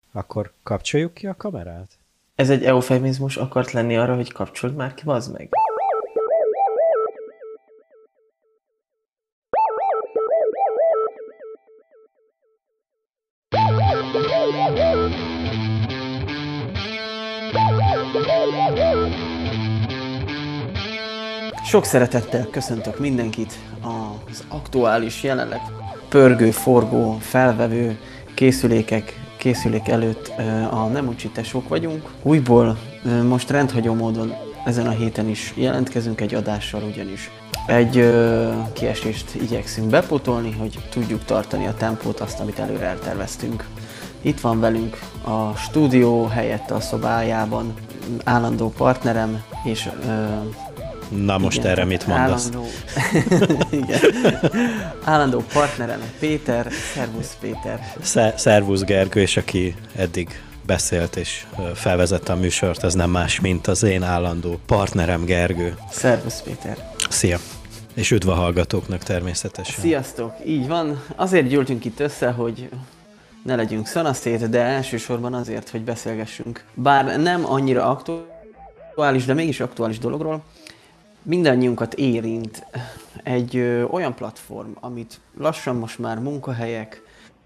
Akkor kapcsoljuk ki a kamerát? Ez egy eufemizmus akart lenni arra, hogy kapcsold már ki, bazd meg. Sok szeretettel köszöntök mindenkit az aktuális, jelenleg pörgő, forgó, felvevő készülék előtt a Nem úgy tesók vagyunk. Újból most rendhagyó módon ezen a héten is jelentkezünk egy adással, ugyanis egy kiesést igyekszünk bepótolni, hogy tudjuk tartani a tempót, azt, amit előre elterveztünk. Itt van velünk a stúdió helyett a szobájában állandó partnerem és Na most igen, erre mit mondasz? Igen. Állandó partnerem Péter. Szervusz Péter. Szervusz Gergő, és aki eddig beszélt és felvezette a műsort, ez nem más, mint az én állandó partnerem Gergő. Szervusz Péter. Szia. És üdv a hallgatóknak természetesen. Sziasztok, így van. Azért gyűltünk itt össze, hogy ne legyünk szanaszét, de elsősorban azért, hogy beszélgessünk. Bár nem annyira aktuális, de mégis aktuális dologról. Mindannyiunkat érint egy olyan platform, amit lassan most már munkahelyek,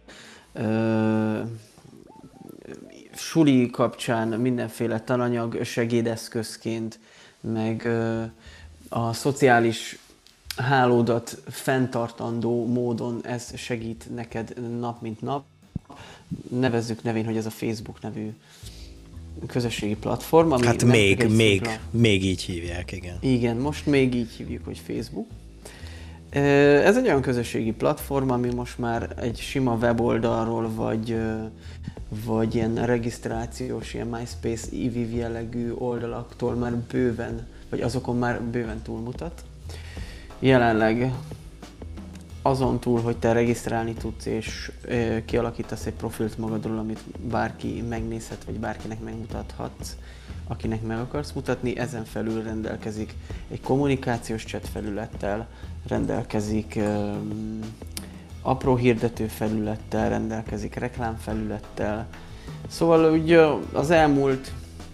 suli kapcsán mindenféle tananyag segédeszközként, meg a szociális hálódat fenntartandó módon ez segít neked nap mint nap. Nevezzük nevén, hogy ez a Facebook nevű közösségi platform. Ami hát még így hívják, igen. Igen, most még így hívjuk, hogy Facebook. Ez egy olyan közösségi platform, ami most már egy sima weboldalról, vagy ilyen regisztrációs, ilyen MySpace, EVV jellegű oldalaktól már bőven, vagy azokon már bőven túlmutat. Jelenleg azon túl, hogy te regisztrálni tudsz és kialakítasz egy profilt magadról, amit bárki megnézhet, vagy bárkinek megmutathatsz, akinek meg akarsz mutatni, ezen felül rendelkezik egy kommunikációs chat felülettel, rendelkezik apró hirdető felülettel, rendelkezik reklám felülettel. Szóval ugye az elmúlt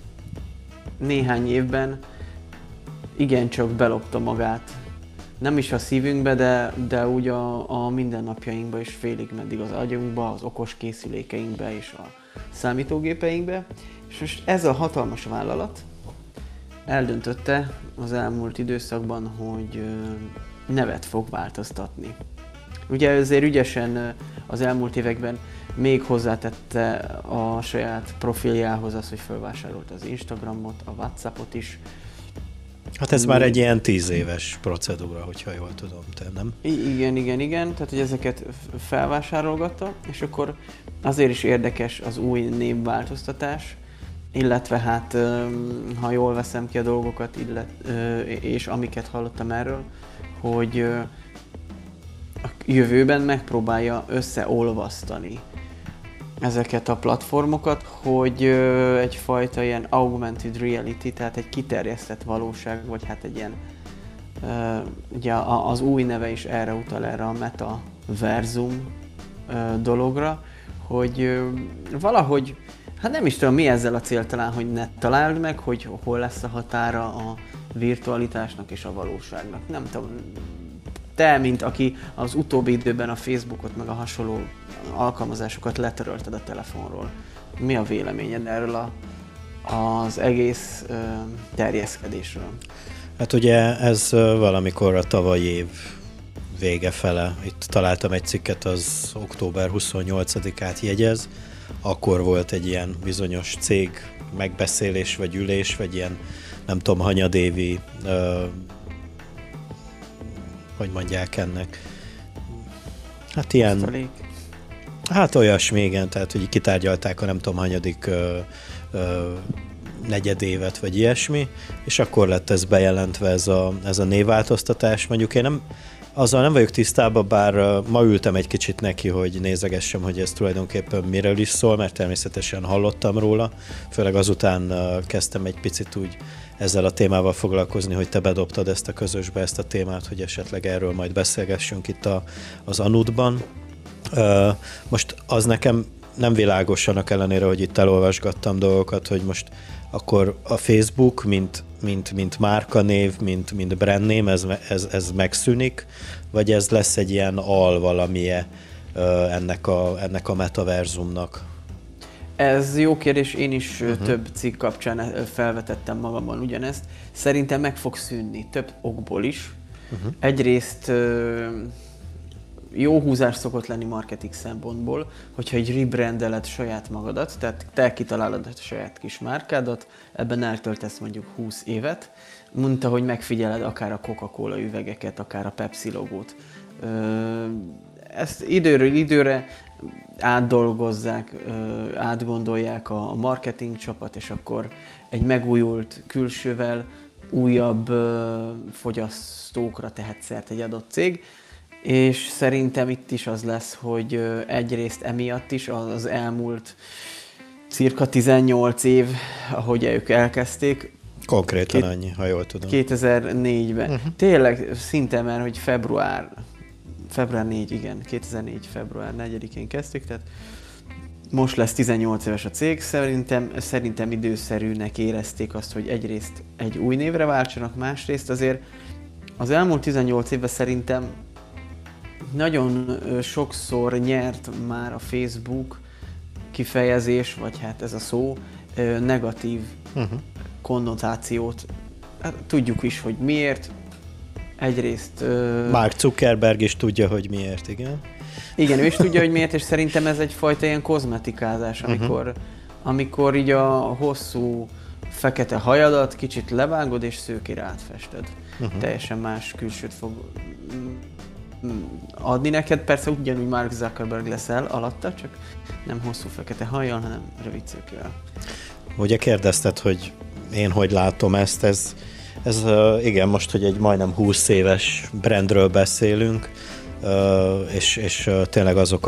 néhány évben igencsak belopta magát, nem is a szívünkbe, de úgy a mindennapjainkba is félig meddig az agyunkba, az okos készülékeinkbe és a számítógépeinkbe. És most ez a hatalmas vállalat eldöntötte az elmúlt időszakban, hogy nevet fog változtatni. Ugye azért ügyesen az elmúlt években még hozzátette a saját profiljához az, hogy felvásárolta az Instagramot, a WhatsAppot is. Hát ez már egy ilyen 10 éves procedúra, hogyha jól tudom, te nem? Igen. Tehát, hogy ezeket felvásárolgatta, és akkor azért is érdekes az új névváltoztatás, illetve hát, ha jól veszem ki a dolgokat, és amiket hallottam erről, hogy a jövőben megpróbálja összeolvasztani ezeket a platformokat, hogy egyfajta ilyen augmented reality, tehát egy kiterjesztett valóság, vagy hát egy ilyen, ugye az új neve is erre utal, erre a metaverzum dologra, hogy valahogy, hát nem is tudom mi ezzel a cél talán, hogy ne találd meg, hogy hol lesz a határa a virtualitásnak és a valóságnak. Nem tudom, te, mint aki az utóbbi időben a Facebookot, meg a hasonló alkalmazásokat letörölted a telefonról. Mi a véleményed erről az egész terjeszkedésről? Hát ugye ez valamikor a tavalyi év vége fele. Itt találtam egy cikket, az október 28-át jegyez. Akkor volt egy ilyen bizonyos cég megbeszélés, vagy ülés, vagy ilyen nem tudom, hanyadévi hogy mondják ennek? Hát ilyen... Osztalék. Hát olyasmi, igen, tehát hogy kitárgyalták a nem tudom hanyadik negyedévet, vagy ilyesmi, és akkor lett ez bejelentve ez a névváltoztatás. Mondjuk én azzal nem vagyok tisztában, bár ma ültem egy kicsit neki, hogy nézegessem, hogy ez tulajdonképpen miről is szól, mert természetesen hallottam róla, főleg azután kezdtem egy picit úgy ezzel a témával foglalkozni, hogy te bedobtad ezt a közösbe, ezt a témát, hogy esetleg erről majd beszélgessünk itt az Anudban. Most az nekem nem világos annak ellenére, hogy itt elolvasgattam dolgokat, hogy most akkor a Facebook, mint márkanév, mint brandname, ez megszűnik, vagy ez lesz egy ilyen valamije ennek a metaverzumnak? Ez jó kérdés, én is több cikk kapcsán felvetettem magamban ugyanezt. Szerintem meg fog szűnni, több okból is. Egyrészt jó húzás szokott lenni marketing szempontból, hogyha egy rebrandeled saját magadat, tehát te kitalálod a saját kis márkádat, ebben eltöltesz mondjuk 20 évet, mondta, hogy megfigyeled akár a Coca-Cola üvegeket, akár a Pepsi logót. Ezt időről időre átdolgozzák, átgondolják a marketing csapat, és akkor egy megújult külsővel újabb fogyasztókra tehet szert egy adott cég, és szerintem itt is az lesz, hogy egyrészt emiatt is az elmúlt cirka 18 év, ahogy ők elkezdték. Konkrétan annyi, ha jól tudom. 2004-ben. Tényleg szinte már, hogy február 4, igen, 2004. február 4-én kezdtük, tehát most lesz 18 éves a cég, szerintem időszerűnek érezték azt, hogy egyrészt egy új névre váltsanak, másrészt azért az elmúlt 18 évben szerintem nagyon sokszor nyert már a Facebook kifejezés, vagy hát ez a szó, negatív konnotációt. Hát, tudjuk is, hogy miért. Egyrészt... Mark Zuckerberg is tudja, hogy miért, igen. Igen, ő is tudja, hogy miért, és szerintem ez egyfajta ilyen kozmetikázás, amikor így a hosszú fekete hajadat kicsit levágod, és szőkére átfested. Teljesen más külsőt fog adni neked. Persze ugyanúgy Mark Zuckerberg leszel alatta, csak nem hosszú fekete hajjal, hanem rövid szőkével. Ugye kérdezted, hogy én hogy látom ezt, ez igen, most, hogy egy majdnem 20 éves brandről beszélünk, és tényleg azok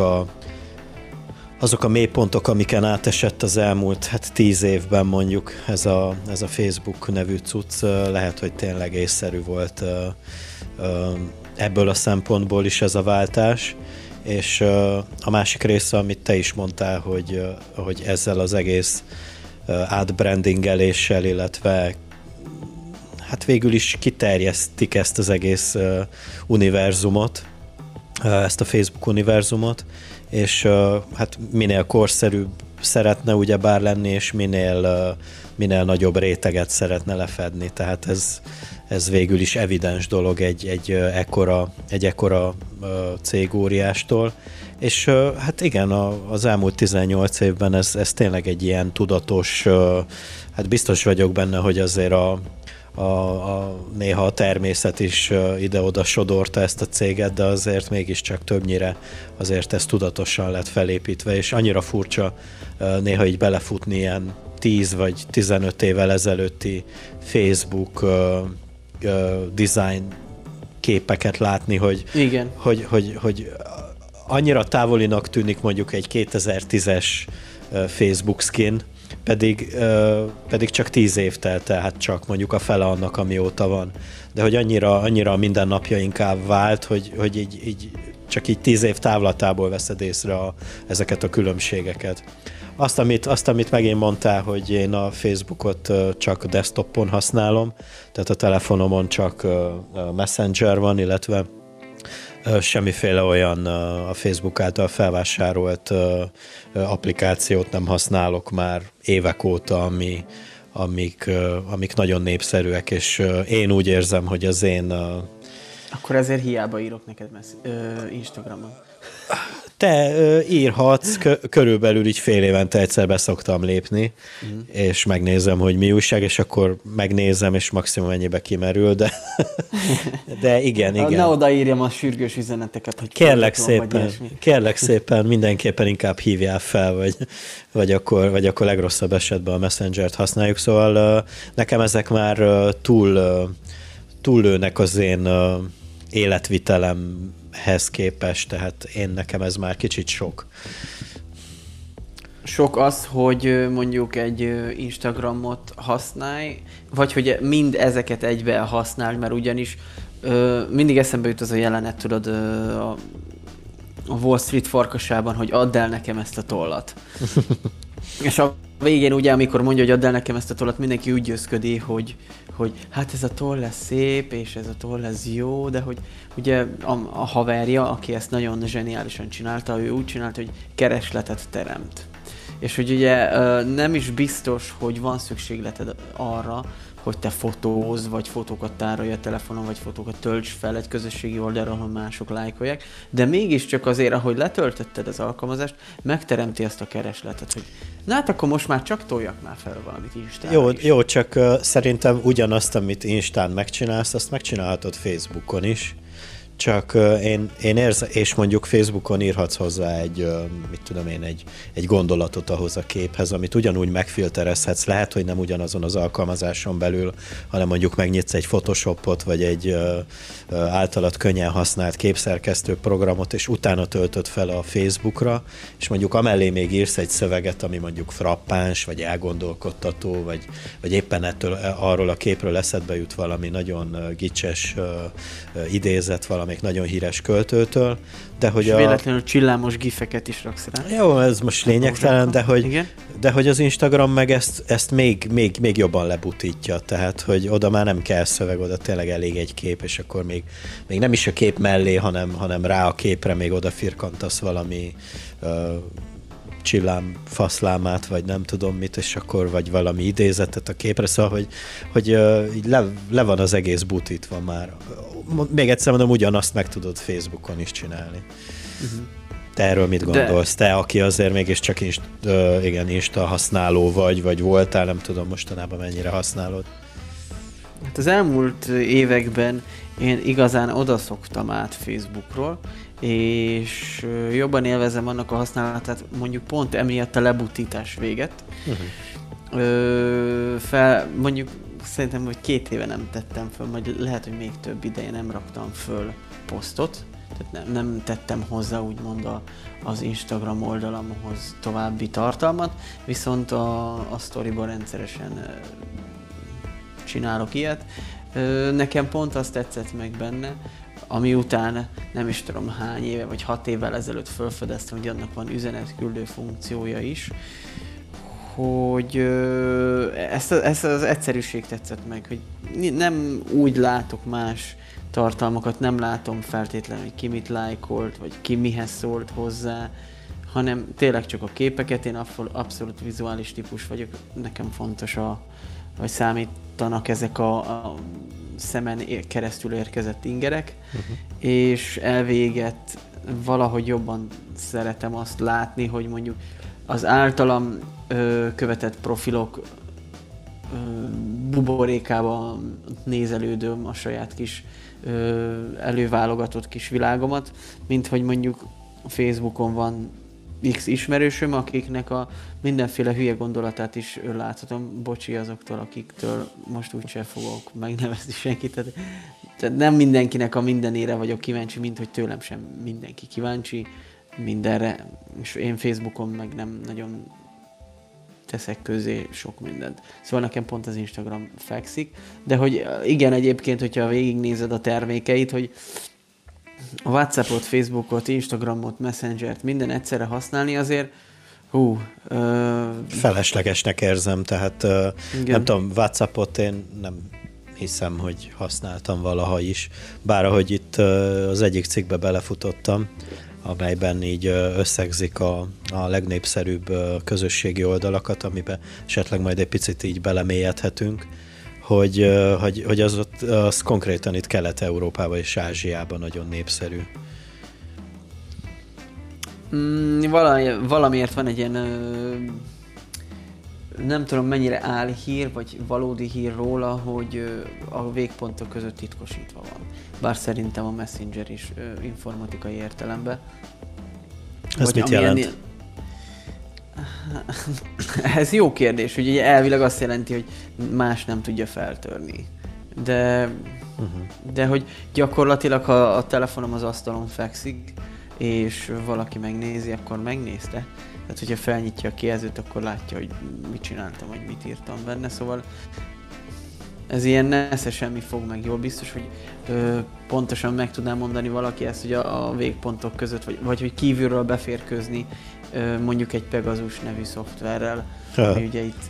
a mélypontok, amiken átesett az elmúlt 10 évben mondjuk ez a Facebook nevű cucc, lehet, hogy tényleg észszerű volt ebből a szempontból is ez a váltás, és a másik része, amit te is mondtál, hogy ezzel az egész átbrandingeléssel, illetve hát végül is kiterjesztik ezt az egész univerzumot, ezt a Facebook univerzumot, és hát minél korszerűbb szeretne ugyebár lenni, és minél nagyobb réteget szeretne lefedni. Tehát ez végül is evidens dolog egy ekkora cégóriástól. És hát igen, az elmúlt 18 évben ez tényleg egy ilyen tudatos, hát biztos vagyok benne, hogy azért néha a természet is ide-oda sodorta ezt a céget, de azért mégiscsak többnyire azért ez tudatosan lett felépítve, és annyira furcsa néha így belefutni ilyen 10 vagy 15 évvel ezelőtti Facebook design képeket látni, hogy, igen. hogy annyira távolinak tűnik mondjuk egy 2010-es Facebook skin, pedig csak 10 év telt el, hát csak mondjuk a fele annak, amióta van. De hogy annyira minden napja inkább vált, hogy így csak így 10 év távlatából veszed észre ezeket a különbségeket. Azt, amit megint mondtál, hogy én a Facebookot csak desktopon használom, tehát a telefonomon csak Messenger van, illetve semmiféle olyan a Facebook által felvásárolt applikációt nem használok már évek óta, amik nagyon népszerűek, és én úgy érzem, hogy az én... Akkor ezért hiába írok neked Instagramon. Te írhatsz, körülbelül így fél évente egyszer be szoktam lépni, és megnézem, hogy mi újság, és akkor megnézem, és maximum ennyibe kimerül, de igen. Ne odaírjam a sürgős üzeneteket, hogy kérlek szépen, mindenképpen inkább hívjál fel, vagy akkor legrosszabb esetben a Messengert használjuk, szóval nekem ezek már túllőnek az én életvitelemhez képest, tehát nekem ez már kicsit sok. Sok az, hogy mondjuk egy Instagramot használj, vagy hogy mind ezeket egybe használj, mert ugyanis mindig eszembe jut az a jelenet, tudod, a Wall Street farkasában, hogy add el nekem ezt a tollat. És a végén ugye, amikor mondja, hogy add el nekem ezt a tollat, mindenki úgy győzködi, hogy hát ez a toll lesz szép, és ez a toll lesz jó, de hogy ugye a haverja, aki ezt nagyon zseniálisan csinálta, ő úgy csinálta, hogy keresletet teremt. És hogy ugye nem is biztos, hogy van szükségleted arra, hogy te fotózz, vagy fotókat tárolj a telefonon, vagy fotókat tölts fel egy közösségi oldalra, ahol mások lájkolják, de mégiscsak azért, ahogy letöltötted az alkalmazást, megteremti ezt a keresletet, hogy na hát akkor most már csak toljak már fel valamit Instára is. Jó, csak szerintem ugyanazt, amit Instán megcsinálsz, azt megcsinálhatod Facebookon is. Csak én érzem, és mondjuk Facebookon írhatsz hozzá egy gondolatot ahhoz a képhez, amit ugyanúgy megfilterezhetsz. Lehet, hogy nem ugyanazon az alkalmazáson belül, hanem mondjuk megnyitsz egy Photoshopot, vagy egy általad könnyen használt képszerkesztő programot, és utána töltöd fel a Facebookra, és mondjuk amellé még írsz egy szöveget, ami mondjuk frappáns, vagy elgondolkodtató, vagy éppen arról a képről eszedbe jut valami nagyon gicses idézet, valamelyik nagyon híres költőtől, de hogy és véletlenül csillámos gifeket is raksz rá. Jó, ez most lényegtelen, de hogy az Instagram meg ezt még jobban lebutítja, tehát hogy oda már nem kell szöveg, oda tényleg elég egy kép, és akkor még nem is a kép mellé, hanem rá a képre még oda firkantasz valami csillám faszlámát, vagy nem tudom mit, és akkor vagy valami idézetet a képre, szóval, hogy így le van az egész butítva már. Még egyszer mondom, ugyanazt meg tudod Facebookon is csinálni. Te erről mit gondolsz? Te, aki azért mégiscsak Insta használó vagy voltál, nem tudom mostanában mennyire használod. Hát az elmúlt években én igazán odaszoktam át Facebookról, és jobban élvezem annak a használatát, mondjuk pont emiatt a lebutítás véget. Mondjuk szerintem, hogy 2 éve nem tettem föl, vagy lehet, hogy még több ideje nem raktam föl posztot, tehát nem tettem hozzá úgymond az Instagram oldalamhoz további tartalmat, viszont a sztoriban rendszeresen csinálok ilyet. Nekem pont azt tetszett meg benne, ami után nem is tudom hány éve, vagy 6 évvel ezelőtt felfedeztem, hogy annak van üzenetküldő funkciója is, hogy ezt az egyszerűség tetszett meg, hogy nem úgy látok más tartalmakat, nem látom feltétlenül, hogy ki mit lájkolt, vagy ki mihez szólt hozzá, hanem tényleg csak a képeket, én abszolút vizuális típus vagyok, nekem fontos, vagy számítanak ezek a szemen keresztül érkezett ingerek, és elvégett valahogy jobban szeretem azt látni, hogy mondjuk az általam követett profilok buborékában nézelődöm a saját kis előválogatott kis világomat, mint hogy mondjuk Facebookon van X ismerősöm, akiknek a mindenféle hülye gondolatát is láthatom, bocsi azoktól, akiktől most úgyse fogok megnevezni senkit. Tehát nem mindenkinek a mindenére vagyok kíváncsi, mint hogy tőlem sem mindenki kíváncsi mindenre, és én Facebookon meg nem nagyon teszek közé sok mindent. Szóval nekem pont az Instagram fekszik, de hogy igen, egyébként, hogyha végignézed a termékeit, hogy a WhatsAppot, Facebookot, Instagramot, Messengert minden egyszerre használni azért feleslegesnek érzem, tehát nem tudom, WhatsAppot én nem hiszem, hogy használtam valaha is, bár ahogy itt az egyik cikkbe belefutottam, amelyben így összegzik a legnépszerűbb közösségi oldalakat, amiben esetleg majd egy picit így belemélyedhetünk, hogy az konkrétan itt Kelet-Európában és Ázsiában nagyon népszerű. Valamiért van egy ilyen, nem tudom mennyire álhír, vagy valódi hír róla, hogy a végpontok között titkosítva van. Bár szerintem a Messenger is informatikai értelemben. Ez mit jelent? Ez jó kérdés, hogy ugye elvileg azt jelenti, hogy más nem tudja feltörni. De hogy gyakorlatilag, ha a telefonom az asztalon fekszik, és valaki megnézi, akkor megnézte. Tehát, hogyha felnyitja a kijelzőt, akkor látja, hogy mit csináltam, vagy mit írtam benne, szóval Ez ilyen nesze semmi fog meg jól, biztos, hogy pontosan meg tudná mondani valaki ezt, hogy a végpontok között, vagy hogy kívülről beférkőzni mondjuk egy Pegasus nevű szoftverrel, ami ugye itt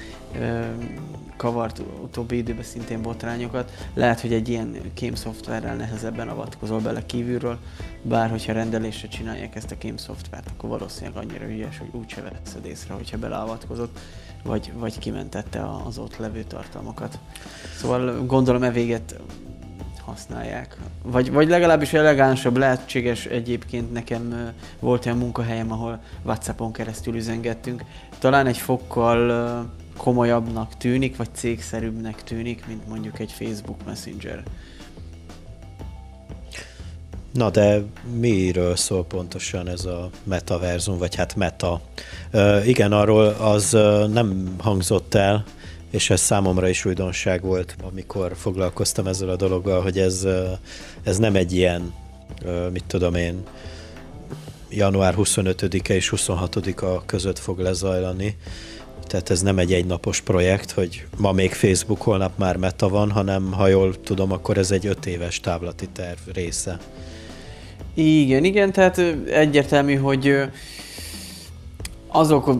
kavart utóbbi időben szintén botrányokat. Lehet, hogy egy ilyen kém szoftverrel nehezebben avatkozol bele kívülről, bár hogyha rendelésre csinálják ezt a kém szoftvert, akkor valószínűleg annyira ügyes, hogy úgyse veszed észre, hogyha beleavatkozott, vagy kimentette az ott levő tartalmakat. Szóval gondolom véget használják. Vagy legalábbis elegánsabb, lehetséges egyébként. Nekem volt olyan munkahelyem, ahol WhatsAppon keresztül üzengettünk. Talán egy fokkal komolyabbnak tűnik, vagy cégszerűbbnek tűnik, mint mondjuk egy Facebook Messenger. Na de miről szól pontosan ez a metaverzum, vagy hát meta? Igen, arról az nem hangzott el, és ez számomra is újdonság volt, amikor foglalkoztam ezzel a dologgal, hogy ez nem egy ilyen, mit tudom én, január 25-e és 26-a között fog lezajlani. Tehát ez nem egy egynapos projekt, hogy ma még Facebook, holnap már meta van, hanem ha jól tudom, akkor ez egy 5 éves távlati terv része. Igen, tehát egyértelmű, hogy azok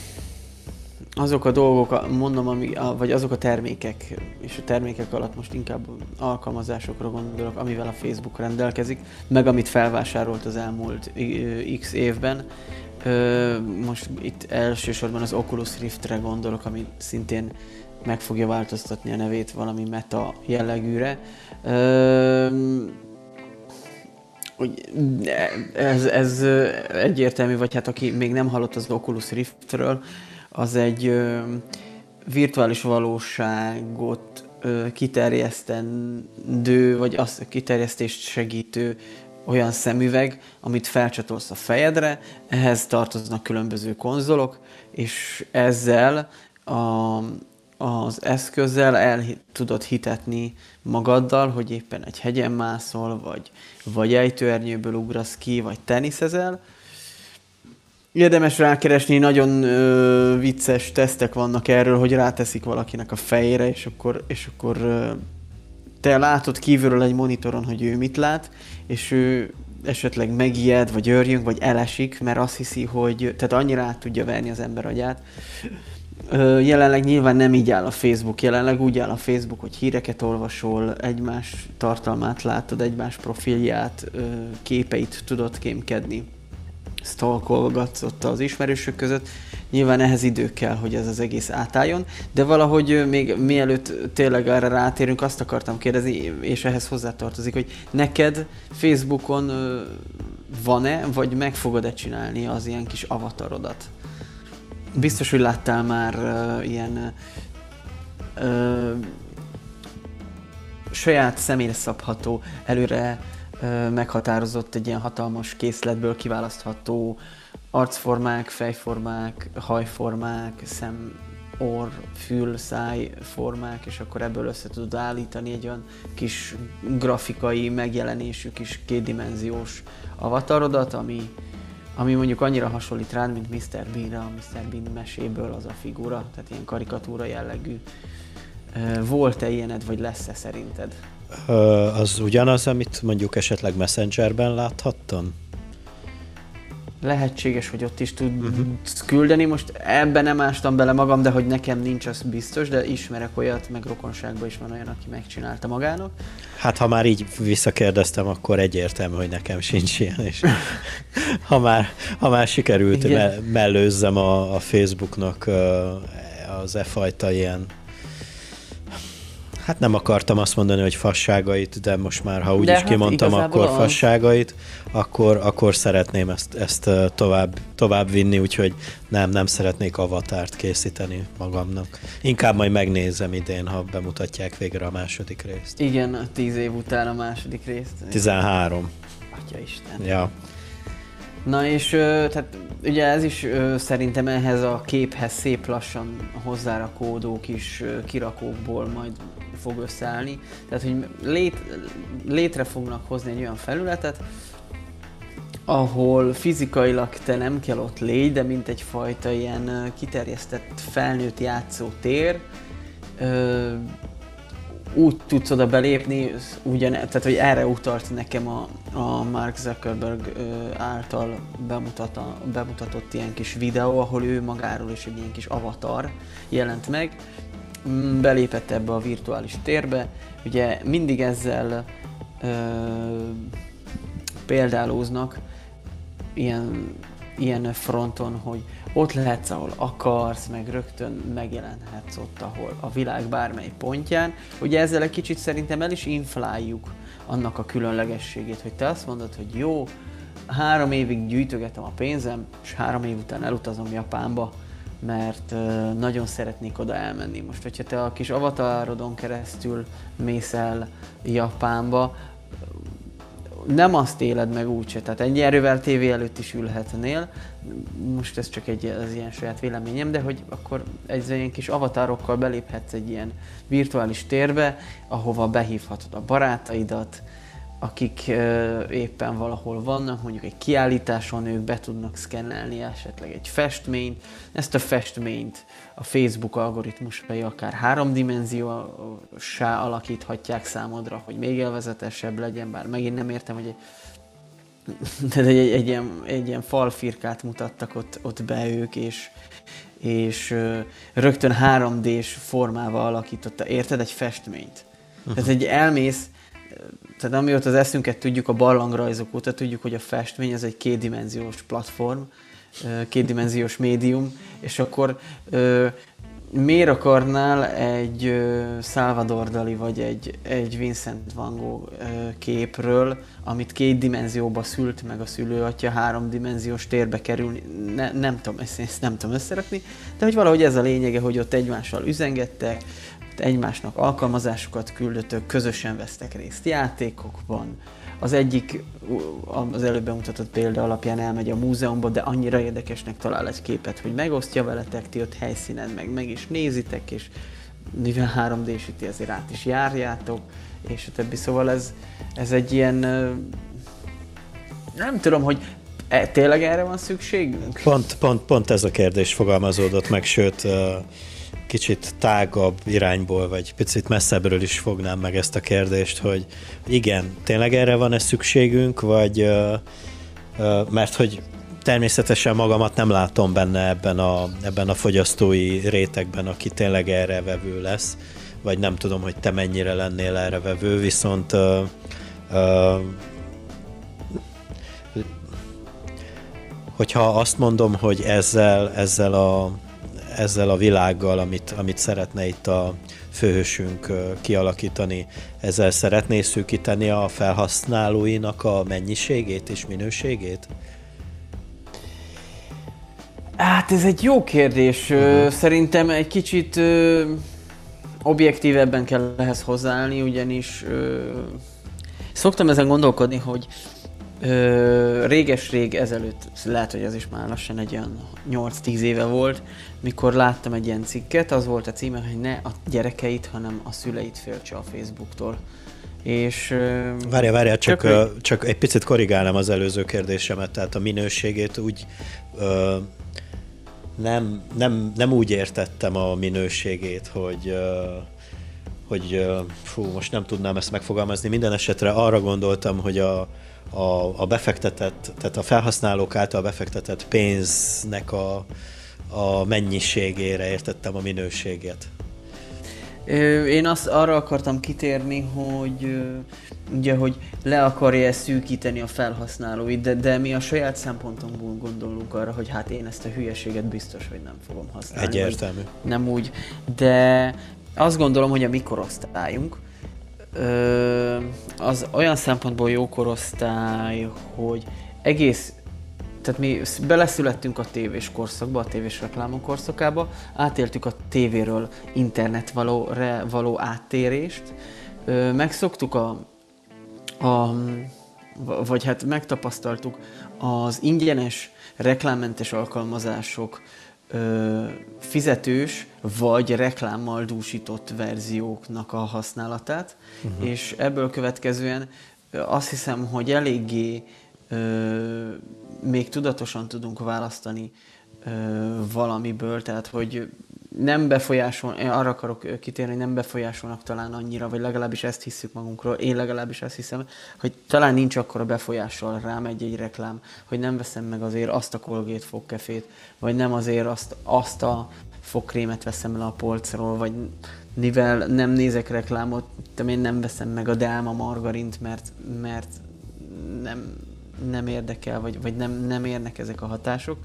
a dolgok, mondom, vagy azok a termékek, és a termékek alatt most inkább alkalmazásokra gondolok, amivel a Facebook rendelkezik, meg amit felvásárolt az elmúlt x évben. Most itt elsősorban az Oculus Riftre gondolok, ami szintén meg fogja változtatni a nevét valami meta jellegűre. Ez egyértelmű, vagy hát aki még nem hallott az Oculus Riftről, az egy virtuális valóságot kiterjesztendő, vagy azt kiterjesztést segítő olyan szemüveg, amit felcsatolsz a fejedre, ehhez tartoznak különböző konzolok, és ezzel az eszközzel el tudod hitetni magaddal, hogy éppen egy hegyen mászol, vagy ejtőernyőből ugrasz ki, vagy teniszezel. Érdemes rákeresni, nagyon vicces tesztek vannak erről, hogy ráteszik valakinek a fejére, és akkor te látod kívülről egy monitoron, hogy ő mit lát, és ő esetleg megijed, vagy örjön, vagy elesik, mert azt hiszi, hogy tehát annyira át tudja verni az ember agyát. Jelenleg nyilván nem így áll a Facebook, jelenleg úgy áll a Facebook, hogy híreket olvasol, egymás tartalmát látod, egymás profilját, képeit tudod kémkedni, stalkolgatsz ott az ismerősök között. Nyilván ehhez idő kell, hogy ez az egész átálljon, de valahogy még mielőtt tényleg erre rátérünk, azt akartam kérdezni, és ehhez hozzátartozik, hogy neked Facebookon van-e, vagy meg fogod-e csinálni az ilyen kis avatarodat? Biztos, hogy láttál már ilyen saját személyre szabható, előre meghatározott egy ilyen hatalmas készletből kiválasztható arcformák, fejformák, hajformák, szem, orr, fül, száj formák, és akkor ebből össze tudod állítani egy olyan kis grafikai megjelenésű kis kétdimenziós avatarodat, ami mondjuk annyira hasonlít rád, mint Mr. Bean-re, a Mr. Bean meséből az a figura, tehát ilyen karikatúra jellegű. Volt-e ilyened, vagy lesz-e szerinted? Az ugyanaz, amit mondjuk esetleg Messengerben láthattam? Lehetséges, hogy ott is tudsz küldeni. Most ebben nem ástam bele magam, de hogy nekem nincs, az biztos, de ismerek olyat, meg rokonságban is van olyan, aki megcsinálta magának. Hát ha már így visszakérdeztem, akkor egyértelmű, hogy nekem sincs ilyen, és ha már sikerült mellőzzem a Facebooknak az fajta ilyen, hát nem akartam azt mondani, hogy fasságait, de most már, ha úgy is kimondtam, akkor fasságait, akkor szeretném ezt tovább vinni, úgyhogy nem szeretnék avatárt készíteni magamnak. Inkább majd megnézem idén, ha bemutatják végre a második részt. Igen, 10 év után a második részt. 13. Atyaisten. Ja. Na és tehát ugye ez is szerintem ehhez a képhez szép lassan hozzárakódó kis kirakókból majd fog összeállni. Tehát, hogy létre fognak hozni egy olyan felületet, ahol fizikailag te nem kell ott légy, de mint egyfajta ilyen kiterjesztett felnőtt játszótér, úgy tudsz oda belépni, tehát hogy erre utalt nekem a Mark Zuckerberg által bemutatott ilyen kis videó, ahol ő magáról is egy ilyen kis avatar jelent meg, belépett ebbe a virtuális térbe, ugye mindig ezzel példálóznak ilyen fronton, hogy ott lehetsz, ahol akarsz, meg rögtön megjelenhetsz ott, ahol a világ bármely pontján. Ugye ezzel egy kicsit szerintem el is infláljuk annak a különlegességét, hogy te azt mondod, hogy jó, 3 évig gyűjtögetem a pénzem, és 3 év után elutazom Japánba, mert nagyon szeretnék oda elmenni. Most, hogyha te a kis avatarodon keresztül mész el Japánba, nem azt éled meg úgyse, tehát ennyi erővel tévé előtt is ülhetnél, most ez csak az ilyen saját véleményem, de hogy akkor egy ilyen kis avatarokkal beléphetsz egy ilyen virtuális térbe, ahova behívhatod a barátaidat, akik éppen valahol vannak, mondjuk egy kiállításon ők be tudnak szkennelni esetleg egy festményt, ezt a festményt a Facebook algoritmusai akár 3D-sá alakíthatják számodra, hogy még élvezetesebb legyen, bár megint nem értem, hogy egy ilyen falfirkát mutattak ott be ők, és rögtön 3D-s formával alakította, érted, egy festményt. Tehát egy elmész, tehát amióta az eszünket tudjuk, a barlangrajzok óta tudjuk, hogy a festmény az egy kétdimenziós platform, kétdimenziós médium, és akkor miért akarnál egy Salvador Dali vagy egy Vincent van Gogh képről, amit 2 dimenzióba szült meg a szülőatya, 3 dimenziós térbe kerülni, nem tudom, ezt nem tudom összerakni, de hogy valahogy ez a lényege, hogy ott egymással üzengettek, egymásnak alkalmazásokat küldötök, közösen vesztek részt játékokban. Az egyik, az előbb bemutatott példa alapján elmegy a múzeumba, de annyira érdekesnek talál egy képet, hogy megosztja veletek, ti ott helyszínen meg is nézitek, és mivel 3D-síti, ezért át is járjátok, és a többi. Szóval ez egy ilyen, nem tudom, hogy tényleg erre van szükségünk? Pont ez a kérdés fogalmazódott meg, sőt, kicsit tágabb irányból, vagy picit messzebbről is fognám meg ezt a kérdést, hogy igen, tényleg erre van-e szükségünk, vagy mert hogy természetesen magamat nem látom benne ebben a fogyasztói rétegben, aki tényleg erre vevő lesz, vagy nem tudom, hogy te mennyire lennél erre vevő, viszont hogyha azt mondom, hogy ezzel a világgal, amit szeretne itt a főhősünk kialakítani, ezzel szeretné szűkíteni a felhasználóinak a mennyiségét és minőségét? Hát ez egy jó kérdés. Szerintem egy kicsit objektívebben kell ehhez hozzáállni, ugyanis szoktam ezen gondolkodni, hogy réges-rég ezelőtt, lehet, hogy ez is már lassan egy olyan 8-10 éve volt, mikor láttam egy ilyen cikket, az volt a címe, hogy ne a gyerekeit, hanem a szüleit féltse a Facebooktól. És Várjál, csak egy picit korrigálnám az előző kérdésemet, tehát a minőségét úgy nem úgy értettem a minőségét, hogy most nem tudnám ezt megfogalmazni, minden esetre arra gondoltam, hogy a befektetett, tehát a felhasználók által befektetett pénznek a mennyiségére értettem a minőséget. Én arra akartam kitérni, hogy ugye, hogy le akarja szűkíteni a felhasználóit, de mi a saját szempontunkból gondolunk arra, hogy hát én ezt a hülyeséget biztos, hogy nem fogom használni. Egyértelmű. Nem úgy, de azt gondolom, hogy a mi korosztályunk az olyan szempontból jó korosztály, hogy tehát mi beleszülettünk a tévés korszakba, a tévés reklámok korszakába, átéltük a tévéről internet való áttérést, megszoktuk vagy hát megtapasztaltuk az ingyenes, reklámmentes alkalmazások fizetős vagy reklámmal dúsított verzióknak a használatát, és ebből következően azt hiszem, hogy eléggé még tudatosan tudunk választani valamiből, tehát hogy nem befolyásol, én arra akarok kitérni, hogy nem befolyásolnak talán annyira, vagy legalábbis ezt hiszük magunkról, én legalábbis ezt hiszem, hogy talán nincs akkora befolyással rám egy reklám, hogy nem veszem meg azért azt a Colgate fogkefét, vagy nem azért azt a fogkrémet veszem le a polcról, vagy mivel nem nézek reklámot, én nem veszem meg a Delma margarint, mert nem érdekel, vagy nem érnek ezek a hatások.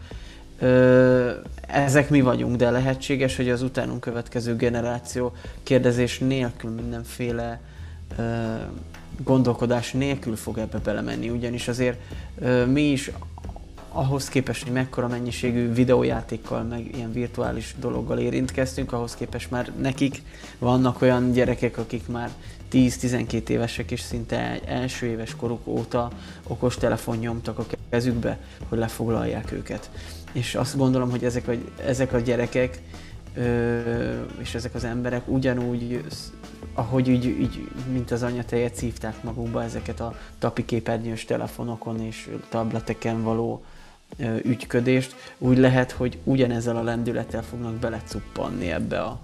Ezek mi vagyunk, de lehetséges, hogy az utánunk következő generáció kérdezés nélkül, mindenféle gondolkodás nélkül fog ebbe belemenni, ugyanis azért mi is ahhoz képest, hogy mekkora mennyiségű videójátékkal, meg ilyen virtuális dologgal érintkeztünk, ahhoz képest már nekik vannak olyan gyerekek, akik már 10-12 évesek és szinte első éves koruk óta okostelefon nyomtak a kezükbe, hogy lefoglalják őket. És azt gondolom, hogy ezek a gyerekek és ezek az emberek ugyanúgy, ahogy így, mint az anyatejet szívták magukba ezeket a tapiképernyős telefonokon és tableteken való ügyködést, úgy lehet, hogy ugyanezzel a lendülettel fognak belecuppanni ebbe a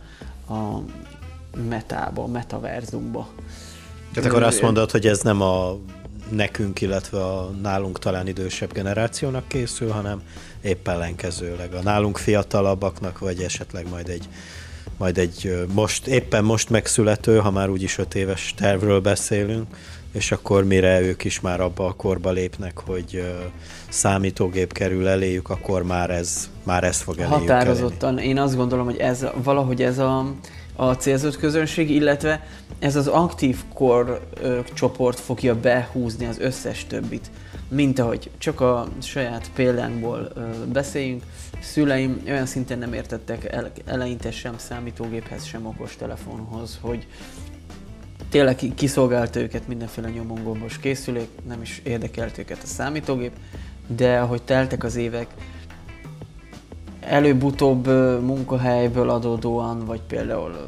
metába, a metaverzumba. Tehát akkor azt mondod, hogy ez nem a nekünk, illetve a nálunk talán idősebb generációnak készül, hanem épp ellenkezőleg a nálunk fiatalabbaknak, vagy esetleg majd egy éppen most megszülető, ha már úgyis 5 éves tervről beszélünk, és akkor mire ők is már abba a korba lépnek, hogy számítógép kerül eléjük, akkor már ez fog eléjük határozottan. kerülni. Én azt gondolom, hogy valahogy ez a célzott közönség, illetve ez az aktív kor csoport fogja behúzni az összes többit. Mint ahogy csak a saját példánkból beszéljünk, szüleim olyan szinten nem értettek eleinte sem számítógéphez, sem okostelefonhoz, hogy tényleg kiszolgálta őket mindenféle nyomongombos készülék, nem is érdekelt őket a számítógép, de ahogy teltek az évek, előbb-utóbb munkahelyből adódóan, vagy például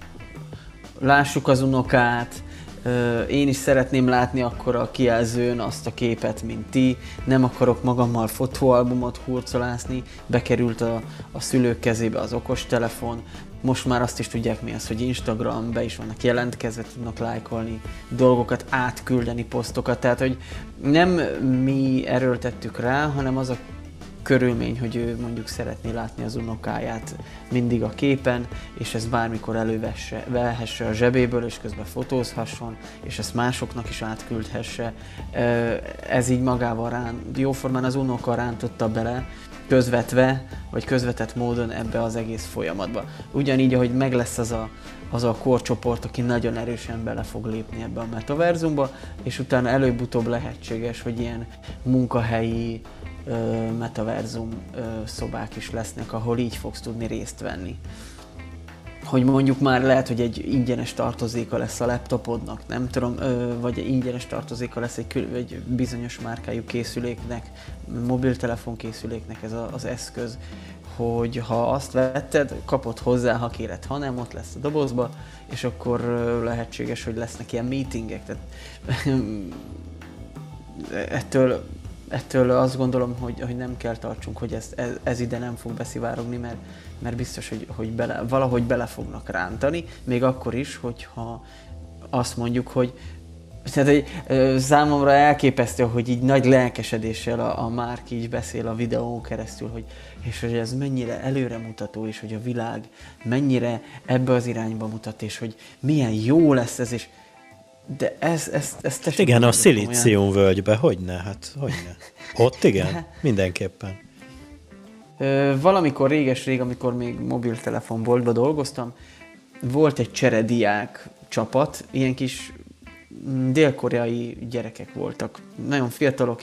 lássuk az unokát, én is szeretném látni akkor a kijelzőn azt a képet, mint ti, nem akarok magammal fotóalbumot hurcolászni, bekerült a szülők kezébe az okostelefon, most már azt is tudják mi az, hogy Instagram, be is vannak jelentkezve, tudnak lájkolni dolgokat, átküldeni posztokat, tehát hogy nem mi erőltettük rá, hanem az a körülmény, hogy ő mondjuk szeretné látni az unokáját mindig a képen, és ezt bármikor elővehesse a zsebéből, és közben fotózhasson, és ezt másoknak is átküldhesse. Ez így magával jóformán az unoka rántotta bele, közvetve, vagy közvetett módon ebbe az egész folyamatba. Ugyanígy, ahogy meg lesz az a korcsoport, aki nagyon erősen bele fog lépni ebbe a metaverzumba, és utána előbb-utóbb lehetséges, hogy ilyen munkahelyi metaverzum szobák is lesznek, ahol így fogsz tudni részt venni. Hogy mondjuk már lehet, hogy egy ingyenes tartozéka lesz a laptopodnak, nem tudom, vagy ingyenes tartozéka lesz egy bizonyos márkájú készüléknek, mobiltelefon készüléknek ez az eszköz, hogy ha azt vetted, kapod hozzá, ha kéred, ha nem, ott lesz a dobozba, és akkor lehetséges, hogy lesznek ilyen meetingek. Tehát ettől azt gondolom, hogy nem kell tartsunk, hogy ez ide nem fog beszivárogni, mert biztos, hogy valahogy bele fognak rántani, még akkor is, hogyha azt mondjuk, hogy tehát, számomra elképesztő, hogy így nagy lelkesedéssel a Márk így beszél a videón keresztül, és hogy ez mennyire előremutató, és hogy a világ mennyire ebbe az irányba mutat, és hogy milyen jó lesz ez, és de ezt igen, a Szilíciumvölgybe, hogyne? Ott igen, mindenképpen. Valamikor réges-rég, amikor még mobiltelefonboltba dolgoztam, volt egy cserediák csapat, ilyen kis dél-koreai gyerekek voltak, nagyon fiatalok,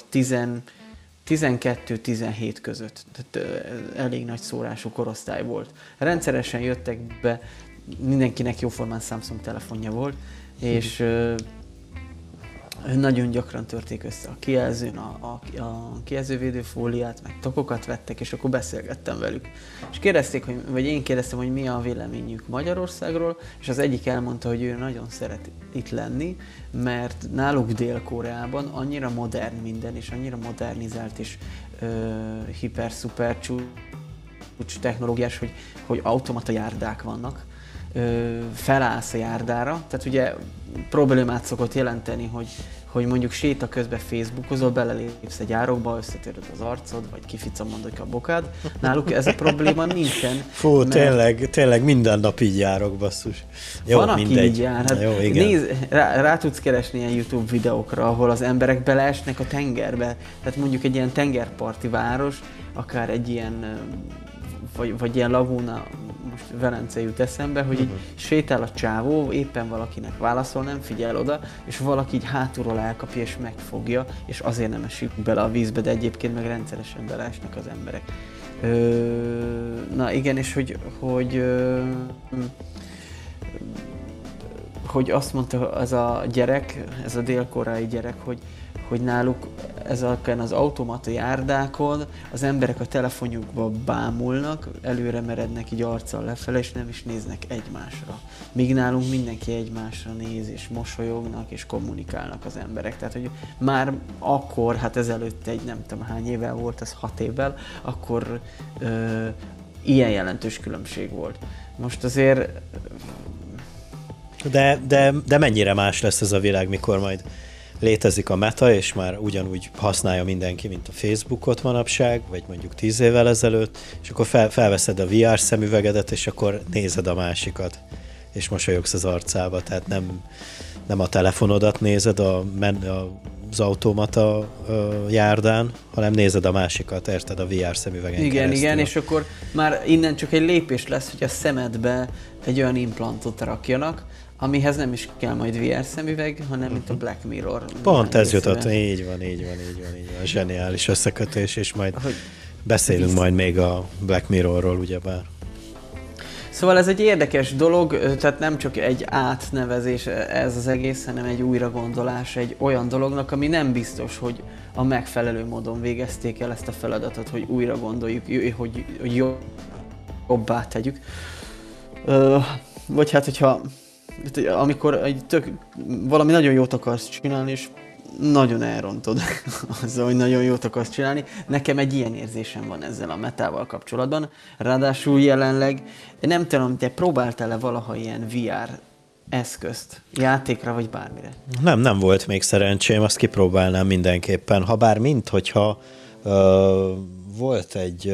12-17 között, tehát elég nagy szórású korosztály volt. Rendszeresen jöttek be, mindenkinek jóformán Samsung telefonja volt, és nagyon gyakran törték össze a kijelzőn, a kijelzővédő fóliát, meg tokokat vettek, és akkor beszélgettem velük. És kérdezték, vagy én kérdeztem, hogy mi a véleményük Magyarországról, és az egyik elmondta, hogy ő nagyon szeret itt lenni, mert náluk Dél-Koreában annyira modern minden, és annyira modernizált, és hiper-szuper technológiás, hogy automata járdák vannak, felállsz a járdára, tehát ugye problémát szokott jelenteni, hogy mondjuk séta közben Facebookozol, belelépsz egy árokba, összetöröd az arcod, vagy kificamodok a bokád. Náluk ez a probléma nincsen. Fú, tényleg minden nap így járok, basszus. Jó, van, aki így jár. Hát jó, igen. Rá tudsz keresni ilyen YouTube videókra, ahol az emberek beleesnek a tengerbe. Tehát mondjuk egy ilyen tengerparti város, akár egy ilyen, vagy ilyen lagúna, most Velence jut eszembe, hogy így sétál a csávó, éppen valakinek válaszol, nem figyel oda, és valaki így hátulról elkapja és megfogja, és azért nem esik bele a vízbe, de egyébként meg rendszeresen beleesnek az emberek. Na igen, és hogy azt mondta ez a gyerek, ez a dél-koreai gyerek, hogy náluk ezeken az automata járdákon az emberek a telefonjukba bámulnak, előre merednek így arccal lefele, és nem is néznek egymásra. Míg nálunk mindenki egymásra néz, és mosolyognak, és kommunikálnak az emberek. Tehát, hogy már akkor, hát ezelőtt egy nem tudom hány évvel volt, ez 6 évvel, akkor ilyen jelentős különbség volt. Most azért... De mennyire más lesz ez a világ, mikor majd létezik a Meta, és már ugyanúgy használja mindenki, mint a Facebookot manapság, vagy mondjuk 10 évvel ezelőtt, és akkor felveszed a VR szemüvegedet, és akkor nézed a másikat, és mosolyogsz az arcába, tehát nem a telefonodat nézed az automata járdán, hanem nézed a másikat, érted, a VR szemüvegen keresztül. Igen, és akkor már innen csak egy lépés lesz, hogy a szemedbe egy olyan implantot rakjanak, amihez nem is kell majd VR szemüveg, hanem mint a Black Mirror. Pont ez jutott, így van. Zseniális összekötés, és majd beszélünk majd még a Black Mirrorról, ugyebár. Szóval ez egy érdekes dolog, tehát nem csak egy átnevezés ez az egész, hanem egy újragondolás egy olyan dolognak, ami nem biztos, hogy a megfelelő módon végezték el ezt a feladatot, hogy újra gondoljuk, hogy jobbá tegyük. Vagy hát, hogyha amikor valami nagyon jót akarsz csinálni, és nagyon elrontod azzal, hogy nagyon jót akarsz csinálni. Nekem egy ilyen érzésem van ezzel a Metával kapcsolatban. Ráadásul jelenleg, nem tudom, te próbáltál-e valaha ilyen VR eszközt, játékra vagy bármire? Nem volt még szerencsém, azt kipróbálnám mindenképpen. Habár hogyha volt egy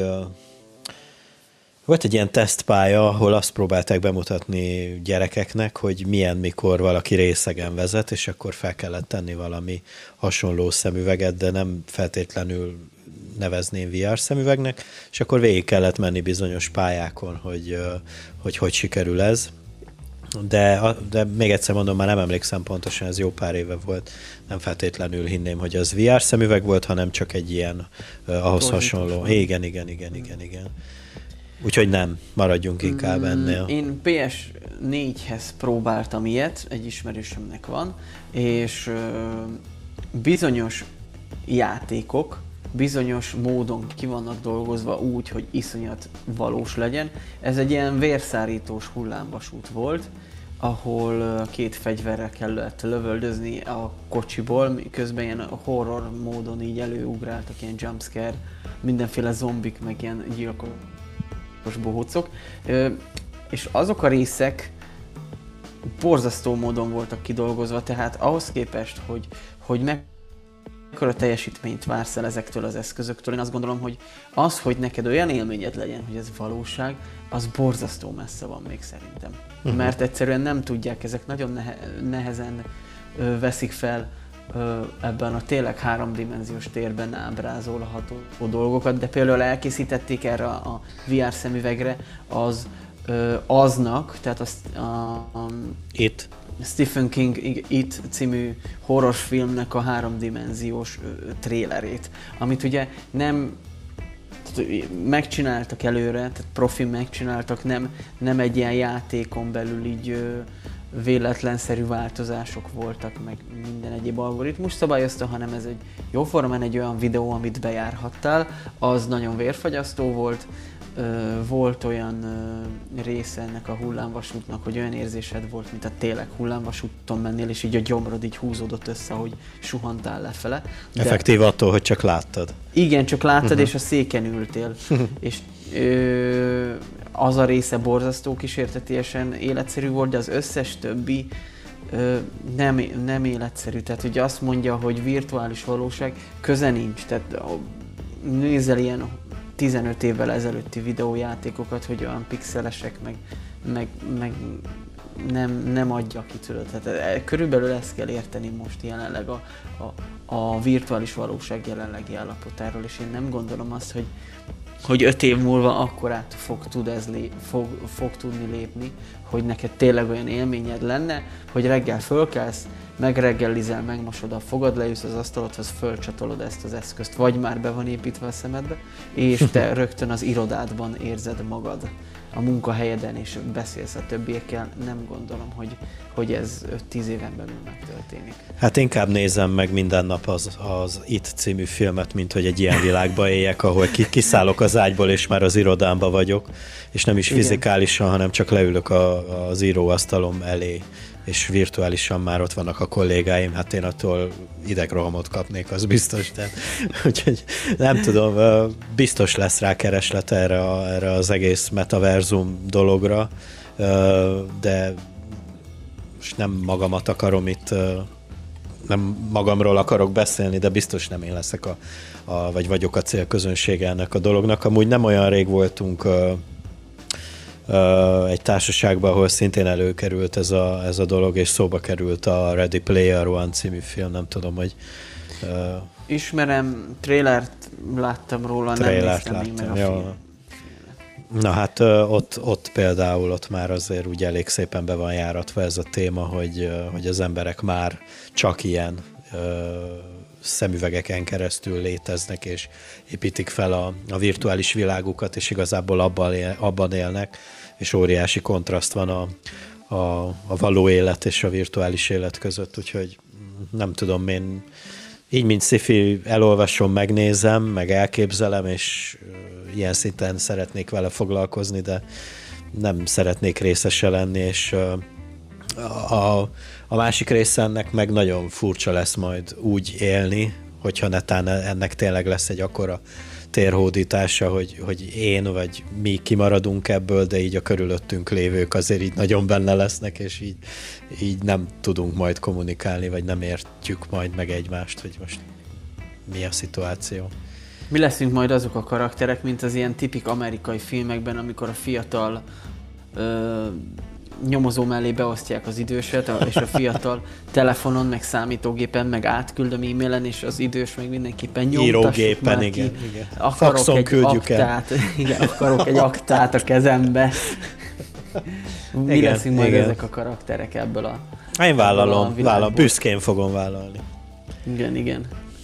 ilyen tesztpálya, ahol azt próbálták bemutatni gyerekeknek, hogy milyen, mikor valaki részegen vezet, és akkor fel kellett tenni valami hasonló szemüveget, de nem feltétlenül nevezném VR szemüvegnek, és akkor végig kellett menni bizonyos pályákon, hogy sikerül ez. De még egyszer mondom, már nem emlékszem pontosan, ez jó pár éve volt. Nem feltétlenül hinném, hogy az VR szemüveg volt, hanem csak egy ilyen ahhoz hasonló. Igen. Úgyhogy nem, maradjunk inkább ennél. Én PS4-hez próbáltam ilyet, egy ismerősömnek van, és bizonyos játékok bizonyos módon ki vannak dolgozva úgy, hogy iszonyat valós legyen. Ez egy ilyen vérszárítós hullámvasút volt, ahol 2 fegyverrel kellett lövöldözni a kocsiból, közben ilyen horror módon így előugráltak, ilyen jumpscare, mindenféle zombik, meg ilyen gyilkos bohócok, és azok a részek borzasztó módon voltak kidolgozva, tehát ahhoz képest, hogy mekkora teljesítményt vársz el ezektől az eszközöktől, én azt gondolom, hogy az, hogy neked olyan élményed legyen, hogy ez valóság, az borzasztó messze van még szerintem. Mert egyszerűen nem tudják, ezek nagyon nehezen veszik fel ebben a tényleg 3D térben ábrázolható dolgokat, de például elkészítették erre a VR szemüvegre aznak, tehát It. Stephen King It című horrorfilmnek a 3D trélerét, amit ugye nem megcsináltak előre, tehát profi megcsináltak, nem egy ilyen játékon belül így véletlenszerű változások voltak, meg minden egyéb algoritmus szabályozta, hanem ez egy jóformán egy olyan videó, amit bejárhattál, az nagyon vérfagyasztó volt, volt olyan része ennek a hullámvasútnak, hogy olyan érzésed volt, mint a tényleg hullámvasúton mennél, és így a gyomrod így húzódott össze, hogy suhantál lefele. Effektív attól, hogy csak láttad. Igen, csak láttad, és a széken ültél. És az a része borzasztó kísértetésen életszerű volt, de az összes többi nem életszerű. Tehát ugye azt mondja, hogy virtuális valóság, köze nincs. Tehát nézel ilyen 15 évvel ezelőtti videójátékokat, hogy olyan pixelesek, meg nem adja ki, tudod. Tehát körülbelül ezt kell érteni most jelenleg a virtuális valóság jelenlegi állapotáról, és én nem gondolom azt, hogy 5 év múlva akkorát fog tudni lépni, hogy neked tényleg olyan élményed lenne, hogy reggel fölkelsz, megreggelizel, megmosod a fogad, leülsz az asztalodhoz, fölcsatolod ezt az eszközt, vagy már be van építve a szemedbe, és te rögtön az irodádban érzed magad, a munkahelyeden, és beszélsz a többiekkel. Nem gondolom, hogy ez 5-10 éven belül megtörténik. Hát inkább nézem meg minden nap az It című filmet, mint hogy egy ilyen világba éljek, ahol kiszállok az ágyból, és már az irodámba vagyok, és nem is fizikálisan, hanem csak leülök az íróasztalom elé, és virtuálisan már ott vannak a kollégáim, hát én attól idegrohamot kapnék, az biztos, de úgyhogy nem tudom, biztos lesz rá kereslet erre az egész metaverzum dologra, de most nem magamat akarom itt, nem magamról akarok beszélni, de biztos nem én leszek vagy vagyok a célközönsége ennek a dolognak. Amúgy nem olyan rég voltunk egy társaságban, ahol szintén előkerült ez a dolog, és szóba került a Ready Player One című film, nem tudom, hogy... Ismerem, trailert láttam róla, nem néztem még meg a film. Na hát ott például ott már azért úgy elég szépen be van járatva ez a téma, hogy az emberek már csak ilyen szemüvegeken keresztül léteznek, és építik fel a virtuális világukat, és igazából abban élnek, és óriási kontraszt van a való élet és a virtuális élet között, úgyhogy nem tudom, én így, mint sci-fi elolvasom, megnézem, meg elképzelem, és ilyen szinten szeretnék vele foglalkozni, de nem szeretnék részese lenni, és a másik része ennek meg nagyon furcsa lesz majd úgy élni, hogyha netán ennek tényleg lesz egy akkora térhódítása, hogy én vagy mi kimaradunk ebből, de így a körülöttünk lévők azért így nagyon benne lesznek, és így nem tudunk majd kommunikálni, vagy nem értjük majd meg egymást, hogy most mi a szituáció. Mi leszünk majd azok a karakterek, mint az ilyen tipik amerikai filmekben, amikor a fiatal nyomozó mellé beosztják az időset, és a fiatal telefonon, meg számítógépen, meg átküldöm e-mailen, és az idős meg mindenképpen nyomtassuk már ki. Igen. Akarok egy aktát a kezembe. Mi leszünk majd ezek a karakterek ebből a Én vállalom, büszkén fogom vállalni. Igen.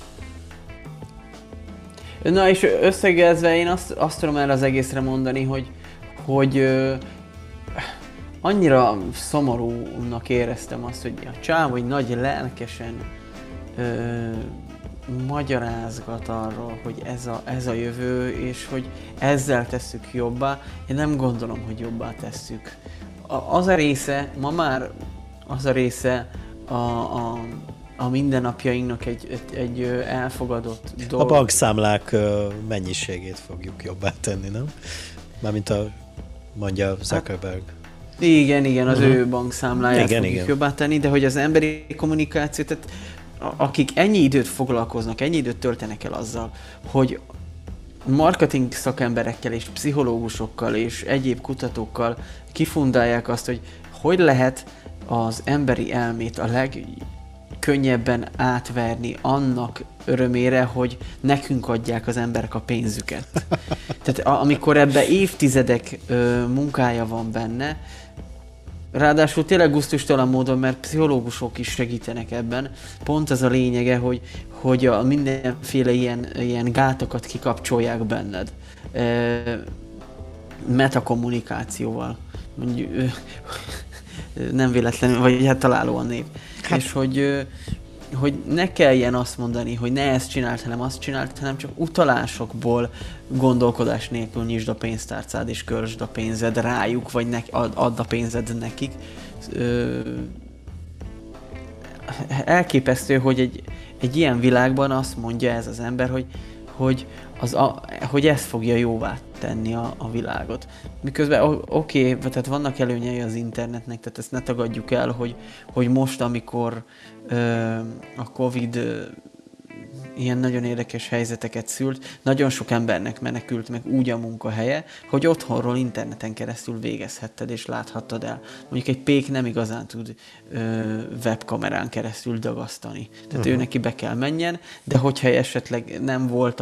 Na és összegezve én azt tudom erre az egészre mondani, hogy annyira szomorúnak éreztem azt, hogy a csáv, hogy nagy lelkesen magyarázgat arról, hogy ez a jövő, és hogy ezzel tesszük jobbá. Én nem gondolom, hogy jobbá tesszük. Az a része a mindennapjainknak egy elfogadott dolog. A bankszámlák mennyiségét fogjuk jobbá tenni, nem? Mármint mondja Zuckerberg. Igen, az ő bankszámláját fogjuk jobbá tenni, de hogy az emberi kommunikáció, tehát akik ennyi időt foglalkoznak, ennyi időt töltenek el azzal, hogy marketing szakemberekkel és pszichológusokkal és egyéb kutatókkal kifundálják azt, hogy lehet az emberi elmét a legkönnyebben átverni annak örömére, hogy nekünk adják az emberek a pénzüket. Tehát amikor ebbe évtizedek munkája van benne, ráadásul tényleg gusztustalan módon, mert pszichológusok is segítenek ebben. Pont az a lényege, hogy a mindenféle ilyen gátokat kikapcsolják benned. Metakommunikációval. Mondjuk, nem véletlenül, vagy hát találóan név. És hogy ne kelljen azt mondani, hogy ne ezt csináld, hanem azt csináld, hanem csak utalásokból gondolkodás nélkül nyisd a pénztárcád és költsd a pénzed rájuk, vagy add a pénzed nekik. Elképesztő, hogy egy ilyen világban azt mondja ez az ember, hogy ezt fogja jóvá tenni a világot. Miközben oké, tehát vannak előnyei az internetnek, tehát ezt ne tagadjuk el, hogy most, amikor a Covid ilyen nagyon érdekes helyzeteket szült, nagyon sok embernek menekült meg úgy a munkahelye, hogy otthonról interneten keresztül végezhetted és láthattad el. Mondjuk egy pék nem igazán tud webkamerán keresztül dagasztani. Tehát ő neki be kell menjen, de hogyha esetleg nem volt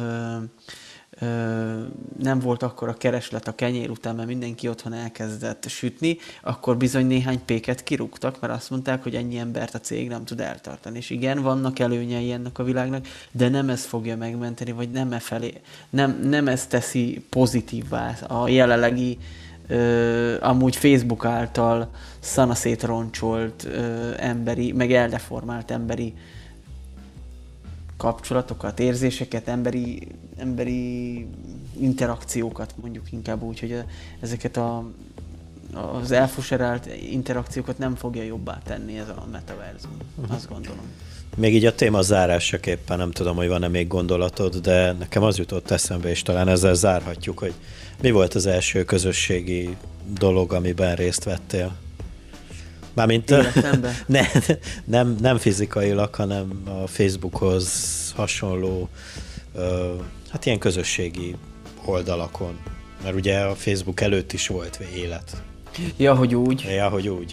akkor a kereslet a kenyér után, mert mindenki otthon elkezdett sütni, akkor bizony néhány péket kirúgtak, mert azt mondták, hogy ennyi embert a cég nem tud eltartani. És igen, vannak előnyei ennek a világnak, de nem ez fogja megmenteni, vagy nem ez teszi pozitívvá a jelenlegi amúgy Facebook által szanaszét roncsolt emberi, meg eldeformált emberi kapcsolatokat, érzéseket, emberi interakciókat, mondjuk inkább úgy, hogy ezeket az elfuserált interakciókat nem fogja jobbá tenni ez a metaverzum. Azt gondolom. Még így a téma zárásaképpen, nem tudom, hogy van-e még gondolatod, de nekem az jutott eszembe, és talán ezzel zárhatjuk, hogy mi volt az első közösségi dolog, amiben részt vettél? Mármint nem fizikailag, hanem a Facebookhoz hasonló, hát ilyen közösségi oldalakon. Mert ugye a Facebook előtt is volt élet. Ja, hogy úgy. Ja, hogy úgy.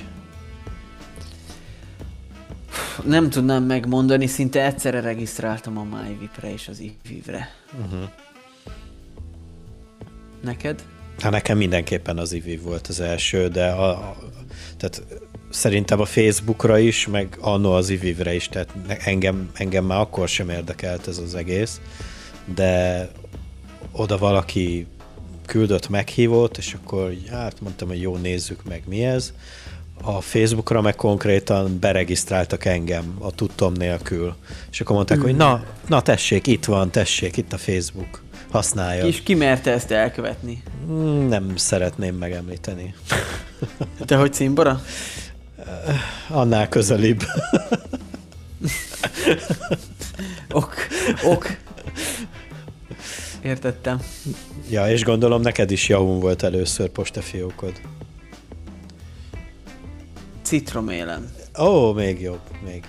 Nem tudnám megmondani, szinte egyszerre regisztráltam a MyVip-re és az iViv-re. Neked? Hát nekem mindenképpen az iViv volt az első, de tehát szerintem a Facebookra is, meg anno az iViv-re is, tehát engem már akkor sem érdekelt ez az egész, de oda valaki küldött meghívót, és akkor hát mondtam, hogy jó, nézzük meg mi ez. A Facebookra meg konkrétan beregisztráltak engem a tudtom nélkül, és akkor mondták, hogy na tessék, itt van, tessék, itt a Facebook, használja. És ki merte ezt elkövetni? Nem szeretném megemlíteni. Te hogy címbora? Annál közelibb. Ok. Értettem. Ja, és gondolom neked is Yahoo volt először postafiókod. Citromélem. Ó, még jobb.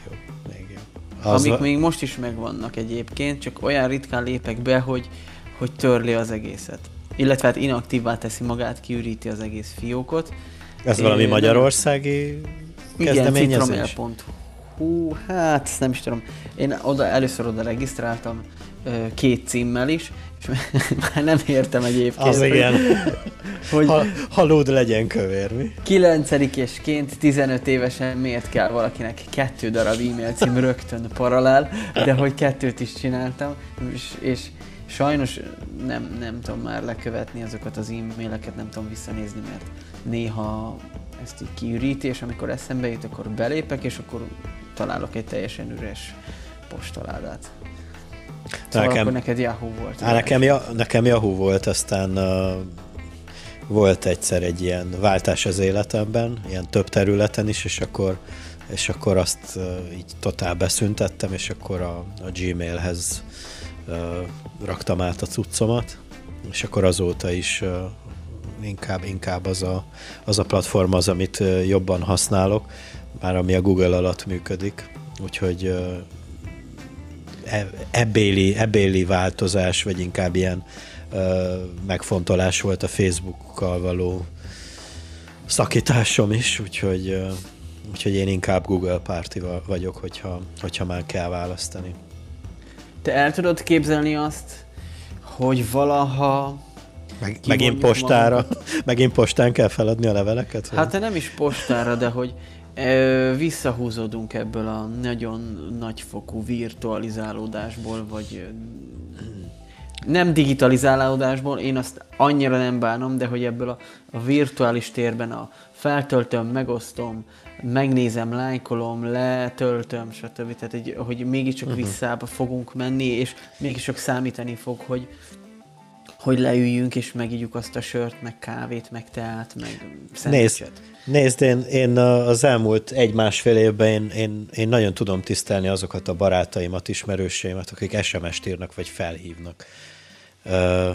Amik még most is megvannak egyébként, csak olyan ritkán lépek be, hogy törli az egészet. Illetve hát inaktívvá teszi magát, kiüríti az egész fiókot. Ez valami magyarországi kezdeményezés? Igen, citromel.hu, hát nem is tudom. Én először oda regisztráltam 2 címmel is, és már nem értem egyébként. Az igen. Hogy halód legyen kövér, mi? 9-esként 15 évesen miért kell valakinek 2 darab e-mail cím rögtön paralel, de hogy 2 is csináltam, és sajnos nem tudom már lekövetni azokat az e-maileket, nem tudom visszanézni, mert néha ezt így kiüríti, és amikor eszembe jut, akkor belépek, és akkor találok egy teljesen üres postaládát. Szóval akkor neked Yahoo volt. Nekem Yahoo volt, aztán volt egyszer egy ilyen váltás az életemben, ilyen több területen is, és akkor azt így totál beszüntettem, és akkor a Gmailhez raktam át a cuccomat, és akkor azóta is inkább az a platform az, amit jobban használok, már ami a Google alatt működik, úgyhogy ebbéli változás, vagy inkább ilyen megfontolás volt a Facebookkal való szakításom is, úgyhogy én inkább Google párti vagyok, hogyha már kell választani. Te el tudod képzelni azt, hogy valaha megint postán kell feladni a leveleket? Hát nem is postára, de hogy visszahúzódunk ebből a nagyon nagyfokú virtualizálódásból, vagy nem digitalizálódásból, én azt annyira nem bánom, de hogy ebből a virtuális térben feltöltöm, megosztom, megnézem, lájkolom, letöltöm, stb. Tehát, hogy mégiscsak visszába fogunk menni, és mégiscsak számítani fog, hogy leüljünk, és megígyük azt a sört, meg kávét, meg teát, meg szendvicset. Nézd, én az elmúlt 1-1,5 évben én nagyon tudom tisztelni azokat a barátaimat, ismerőseimet, akik SMS-t írnak, vagy felhívnak.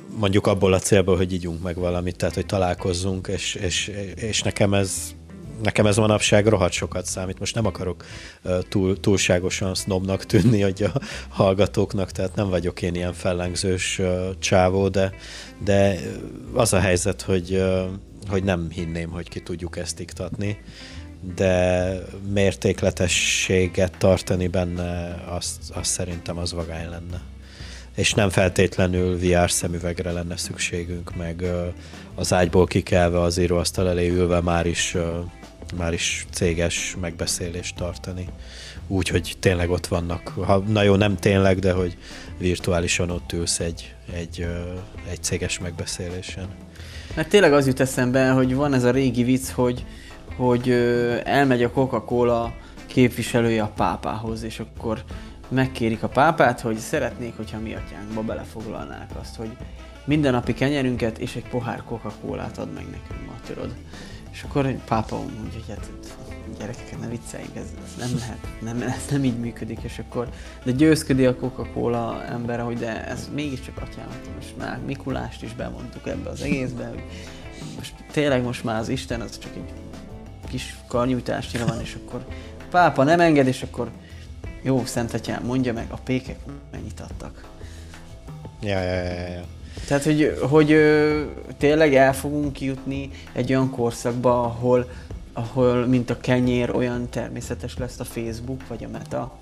mondjuk abból a célból, hogy ígyunk meg valamit, tehát hogy találkozzunk, és nekem ez manapság rohadt sokat számít. Most nem akarok túlságosan sznobnak tűnni, hogy a hallgatóknak, tehát nem vagyok én ilyen fellengzős csávó, de az a helyzet, hogy nem hinném, hogy ki tudjuk ezt iktatni, de mértékletességet tartani benne, azt szerintem az vagány lenne. És nem feltétlenül VR szemüvegre lenne szükségünk, meg az ágyból kikelve az íróasztal elé ülve már is céges megbeszélést tartani. Úgy, hogy tényleg ott vannak. Na jó, nem tényleg, de hogy virtuálisan ott ülsz egy céges megbeszélésen. Mert tényleg az jut eszembe, hogy van ez a régi vicc, hogy elmegy a Coca-Cola képviselője a pápához, és akkor megkérik a pápát, hogy szeretnék, hogyha mi atyánkba belefoglalnák azt, hogy mindennapi kenyerünket és egy pohár Coca-Colát ad meg nekünk, ma tudod. És akkor egy pápa mondja, hogy hát gyerekeket ne vicceljünk, ez nem lehet, ez nem így működik, és akkor de győzködi a Coca-Cola ember, hogy de ez mégiscsak atyámat, most már Mikulást is bemondtuk ebbe az egészbe, hogy most már az Isten az csak egy kis karnyújtásnyira van, és akkor a pápa nem enged, és akkor jó, Szent Atyám, mondja meg, a pékek mennyit adtak. Ja. Tehát, hogy tényleg el fogunk jutni egy olyan korszakba, ahol mint a kenyér, olyan természetes lesz a Facebook vagy a Meta,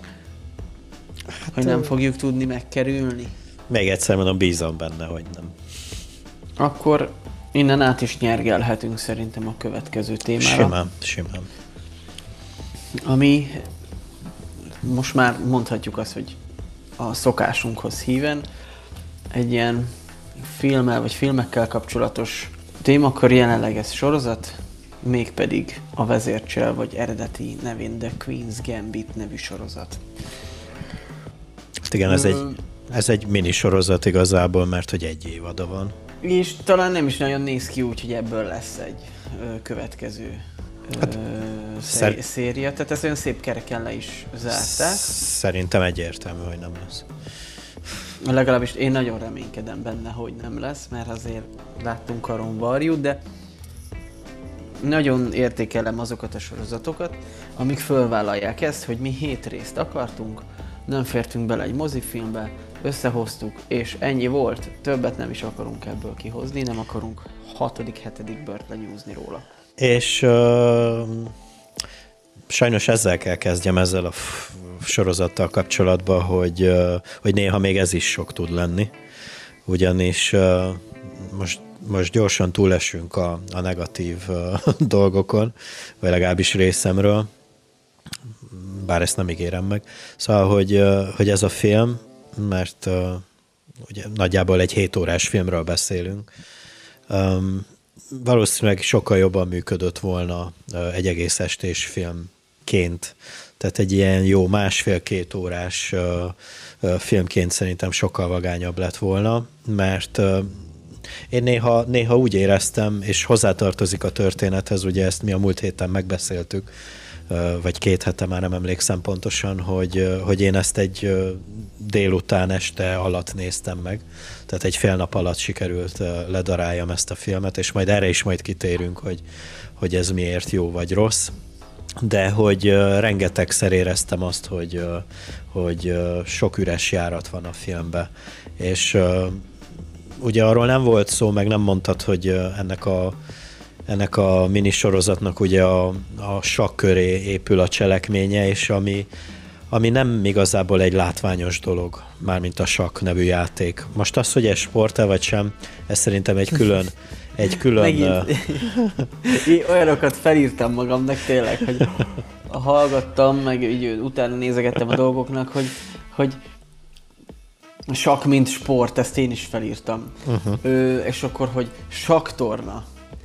hogy nem fogjuk tudni megkerülni. Még egyszer mondom, bízom benne, hogy nem. Akkor innen át is nyergelhetünk szerintem a következő témára. Simán. Ami most már mondhatjuk azt, hogy a szokásunkhoz híven egy ilyen filmmel vagy filmekkel kapcsolatos témakör, jelenleg ez sorozat, mégpedig a Vezércsel, vagy eredeti nevén The Queen's Gambit nevű sorozat. Hát igen, ez egy mini sorozat igazából, mert hogy egy évada van. És talán nem is nagyon néz ki úgy, hogy ebből lesz egy következő széria, tehát ezt olyan szép kereken le is zárták. Szerintem egyértelmű, hogy nem lesz. Legalábbis én nagyon reménykedem benne, hogy nem lesz, mert azért láttunk Karon Varjút, de nagyon értékelem azokat a sorozatokat, amik fölvállalják ezt, hogy mi 7 részt akartunk, nem fértünk bele egy mozifilmbe, összehoztuk, és ennyi volt, többet nem is akarunk ebből kihozni, nem akarunk 6.-7. bört lenyúzni róla. És sajnos ezzel kell kezdjem, ezzel a sorozattal kapcsolatban, hogy néha még ez is sok tud lenni. Ugyanis most gyorsan túlesünk a negatív dolgokon, vagy legalábbis részemről, bár ezt nem ígérem meg. Szóval, hogy ez a film, mert ugye nagyjából egy 7 órás filmről beszélünk, valószínűleg sokkal jobban működött volna egy egész estés filmként. Tehát egy ilyen jó 1,5-2 órás filmként szerintem sokkal vagányabb lett volna, mert én néha úgy éreztem, és hozzátartozik a történethez, ugye ezt mi a múlt héten megbeszéltük, vagy 2 hete, már nem emlékszem pontosan, hogy én ezt egy délután este alatt néztem meg. Tehát egy fél nap alatt sikerült ledaráljam ezt a filmet, és majd erre is majd kitérünk, hogy ez miért jó vagy rossz. De hogy rengetegszer éreztem azt, hogy sok üres járat van a filmben. És ugye arról nem volt szó, meg nem mondtad, hogy ennek a minisorozatnak ugye a sakk köré épül a cselekménye, és ami nem igazából egy látványos dolog, mármint a sakk nevű játék. Most az, hogy ez sport-e vagy sem, ez szerintem egy külön... Én olyanokat felírtam magamnak tényleg, hogy hallgattam, meg így utána nézegettem a dolgoknak, hogy sakk mint sport, ezt én is felírtam. És akkor, hogy sakktorna.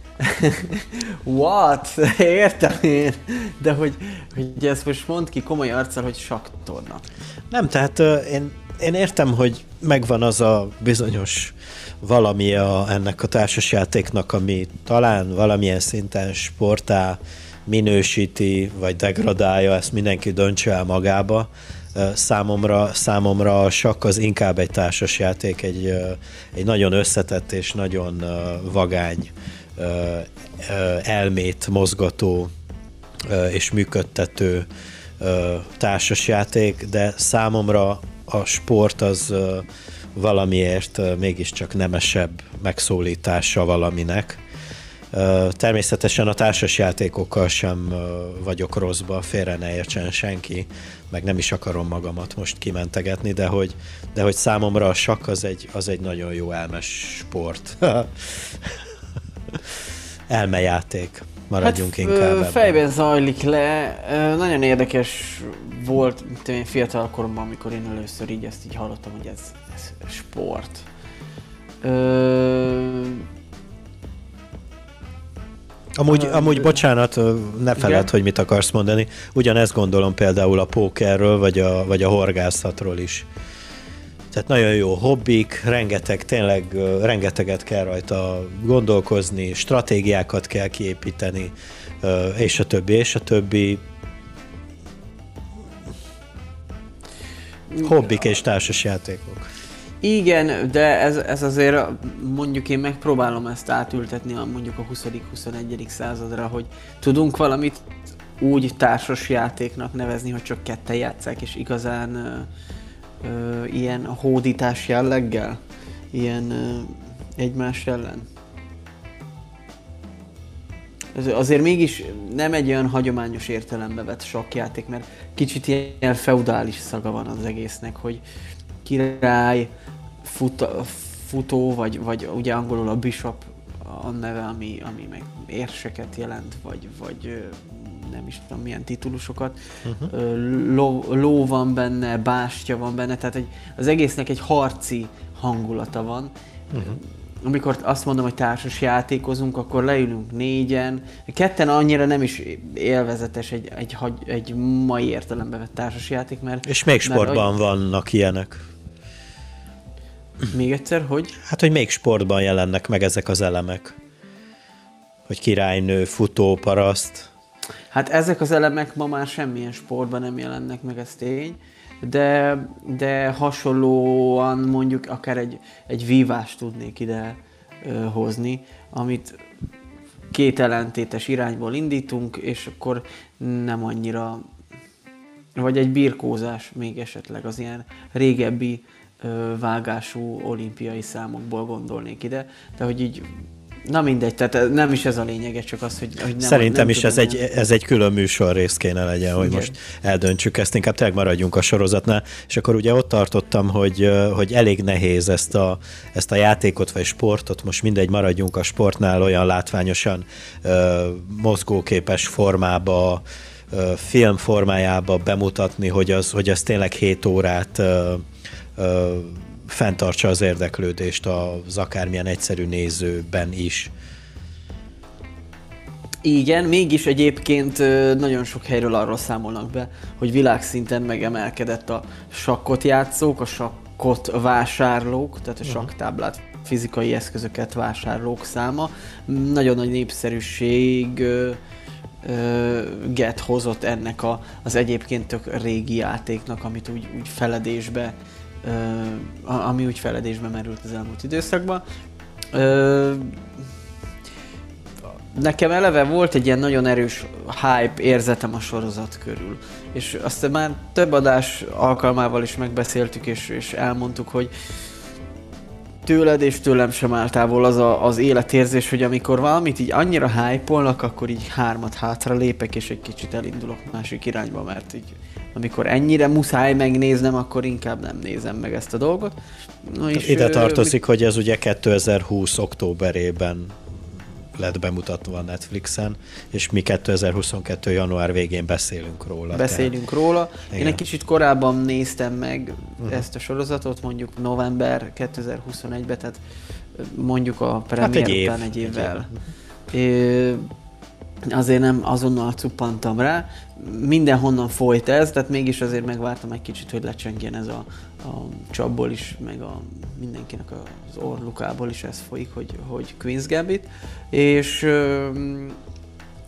What? Értem én. De hogy ezt most mondd ki komoly arccal, hogy sakktorna. Nem, tehát én értem, hogy megvan az a bizonyos valami ennek a társasjátéknak, ami talán valamilyen szinten sportá minősíti, vagy degradálja, ezt mindenki döntse el magába, Számomra a sakk az inkább egy társasjáték, egy nagyon összetett és nagyon vagány, elmét mozgató és működtető társasjáték, de számomra a sport az valamiért mégiscsak nemesebb megszólítása valaminek. Természetesen a társasjátékokkal sem vagyok rosszba, félre ne értsen senki, meg nem is akarom magamat most kimentegetni, de hogy számomra a sakk az egy nagyon jó elmes sport. Elmejáték. Maradjunk inkább ebben. Fejben zajlik le. Nagyon érdekes volt én fiatal koromban, amikor én először ezt így hallottam, hogy ez sport. Amúgy bocsánat, ne feledd, hogy mit akarsz mondani. Ugyanezt gondolom például a pókerről, vagy a horgászatról is. Tehát nagyon jó hobbik, rengeteget kell rajta gondolkozni, stratégiákat kell kiépíteni, és a többi, és a többi. Hobbik és társasjátékok. Igen, de ez azért mondjuk én megpróbálom ezt átültetni mondjuk a 20.-21. századra, hogy tudunk valamit úgy társasjátéknak nevezni, hogy csak ketten játsszák, és igazán ilyen hódítás jelleggel, ilyen egymás ellen. Ez azért mégis nem egy olyan hagyományos értelembe vett sakkjáték, mert kicsit ilyen feudális szaga van az egésznek, hogy király, futó, vagy ugye angolul a bishop a neve, ami meg érseket jelent, vagy nem is tudom milyen titulusokat. Ló van benne, bástya van benne, tehát az egésznek egy harci hangulata van. Amikor azt mondom, hogy társas játékozunk, akkor leülünk négyen. Ketten annyira nem is élvezetes egy mai értelembe vett társas játék, mert... És még sportban vannak ilyenek. Még egyszer, hogy? Hát, hogy még sportban jelennek meg ezek az elemek. Hogy királynő, futó, paraszt. Hát ezek az elemek ma már semmilyen sportban nem jelennek meg, ez tény. De hasonlóan mondjuk akár egy vívást tudnék ide hozni, amit két ellentétes irányból indítunk, és akkor nem annyira... Vagy egy birkózás még esetleg, az ilyen régebbi vágású olimpiai számokból gondolnék ide, de hogy így, na mindegy, tehát nem is ez a lényege, csak az, hogy nem... Szerintem is ez egy külön műsorrész kéne legyen, hogy igen. Most eldöntsük ezt, inkább tényleg maradjunk a sorozatnál, és akkor ugye ott tartottam, hogy elég nehéz ezt a játékot vagy sportot, most mindegy, maradjunk a sportnál, olyan látványosan mozgóképes formába, film formájába bemutatni, hogy az tényleg 7 órát fenntartsa az érdeklődést az akármilyen egyszerű nézőben is. Igen, mégis egyébként nagyon sok helyről arról számolnak be, hogy világszinten megemelkedett a sakkot játszók, a sakkot vásárlók, tehát a sakktáblát, fizikai eszközöket vásárlók száma. Nagyon nagy népszerűséget hozott ennek az egyébként tök régi játéknak, amit úgy feledésbe ami úgy feledésbe merült az elmúlt időszakban. Nekem eleve volt egy ilyen nagyon erős hype érzetem a sorozat körül. És aztán már több adás alkalmával is megbeszéltük, és elmondtuk, hogy tőled és tőlem sem áll távol az életérzés, hogy amikor valamit így annyira hype-olnak, akkor így 3 hátra lépek, és egy kicsit elindulok másik irányba, mert így amikor ennyire muszáj megnéznem, akkor inkább nem nézem meg ezt a dolgot. Ide tartozik, hogy ez ugye 2020 októberében lett bemutatva a Netflixen, és mi 2022. január végén beszélünk róla. Igen. Én egy kicsit korábban néztem meg ezt a sorozatot, mondjuk november 2021-ben, tehát mondjuk a premier után egy évvel. Azért nem azonnal cuppantam rá, mindenhonnan folyt ez, tehát mégis azért megvártam egy kicsit, hogy lecsengjen ez a csapból is, meg mindenkinek az orlukából is ez folyik, hogy Queen's Gambit, és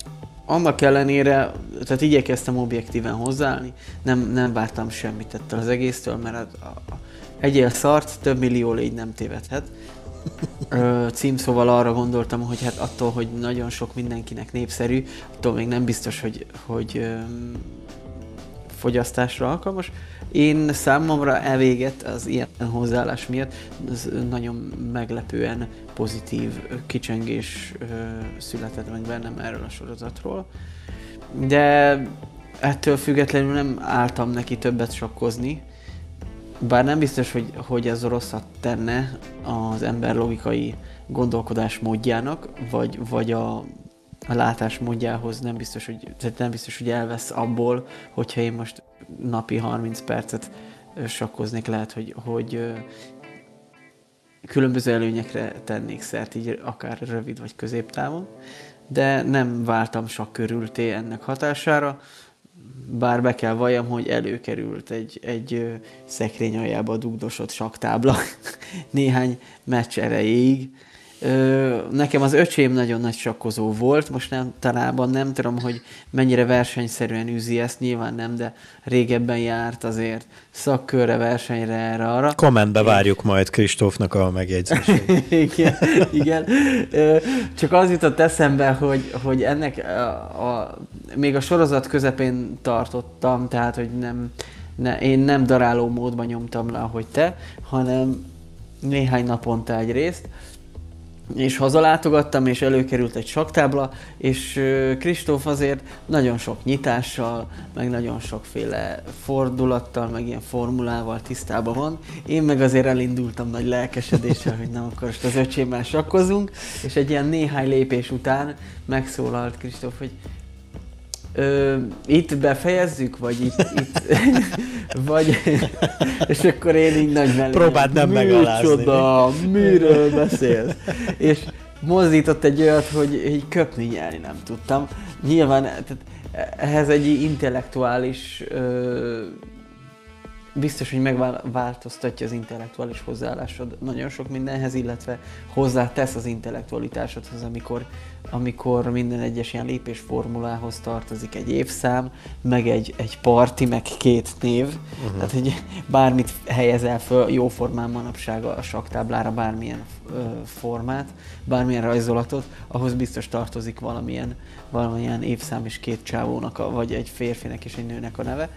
annak ellenére, tehát igyekeztem objektíven hozzáállni, nem vártam semmit ettől az egésztől, mert egyél szart, több millió légy nem tévedhet. Címszóval arra gondoltam, hogy hát attól, hogy nagyon sok mindenkinek népszerű, attól még nem biztos, hogy fogyasztásra alkalmas. Én számomra elvéget az ilyen hozzáállás miatt az nagyon meglepően pozitív kicsengés született meg bennem erről a sorozatról. De ettől függetlenül nem álltam neki többet sokkozni, bár nem biztos, hogy ez rosszat tenne az ember logikai gondolkodás módjának, vagy a látás módjához nem biztos, hogy elvesz abból, hogyha én most napi 30 percet sakkoznék, lehet, hogy különböző előnyekre tennék szert, így akár rövid vagy középtávon, de nem váltam sakkörülté ennek hatására, bár be kell valljam, hogy előkerült egy szekrény aljába dugdosott sakktábla néhány meccs erejéig. Nekem az öcsém nagyon nagy sakkozó volt, most talában nem tudom, hogy mennyire versenyszerűen űzi ezt, nyilván nem, de régebben járt azért szakkörre, versenyre, erre-arra. Kommentbe várjuk majd Kristófnak a megjegyzését. igen. Csak az jutott eszembe, hogy ennek még a sorozat közepén tartottam, tehát hogy én nem daráló módban nyomtam le, ahogy te, hanem néhány naponta egy részt, és hazalátogattam, és előkerült egy sakktábla, és Kristóf azért nagyon sok nyitással, meg nagyon sokféle fordulattal, meg ilyen formulával tisztában van. Én meg azért elindultam nagy lelkesedéssel, hogy nem, akkor most az öcsémmel sakkozunk, és egy ilyen néhány lépés után megszólalt Kristóf, hogy itt befejezzük, vagy itt vagy, és akkor én így nagy mellé. Próbáld nem megalázni. Micsoda, miről beszélsz? És mozdított egy olyat, hogy köpni nyelni nem tudtam. Nyilván tehát ehhez egy intellektuális, biztos, hogy megváltoztatja az intellektuális hozzáállásod nagyon sok mindenhez, illetve hozzátesz az intellektualitásodhoz, amikor minden egyes ilyen lépésformulához tartozik egy évszám, meg egy parti, meg 2 név. Tehát, hogy bármit helyezel föl jóformán manapság a sakktáblára, bármilyen formát, bármilyen rajzolatot, ahhoz biztos tartozik valamilyen évszám és 2 csávónak, vagy egy férfinek és egy nőnek a neve.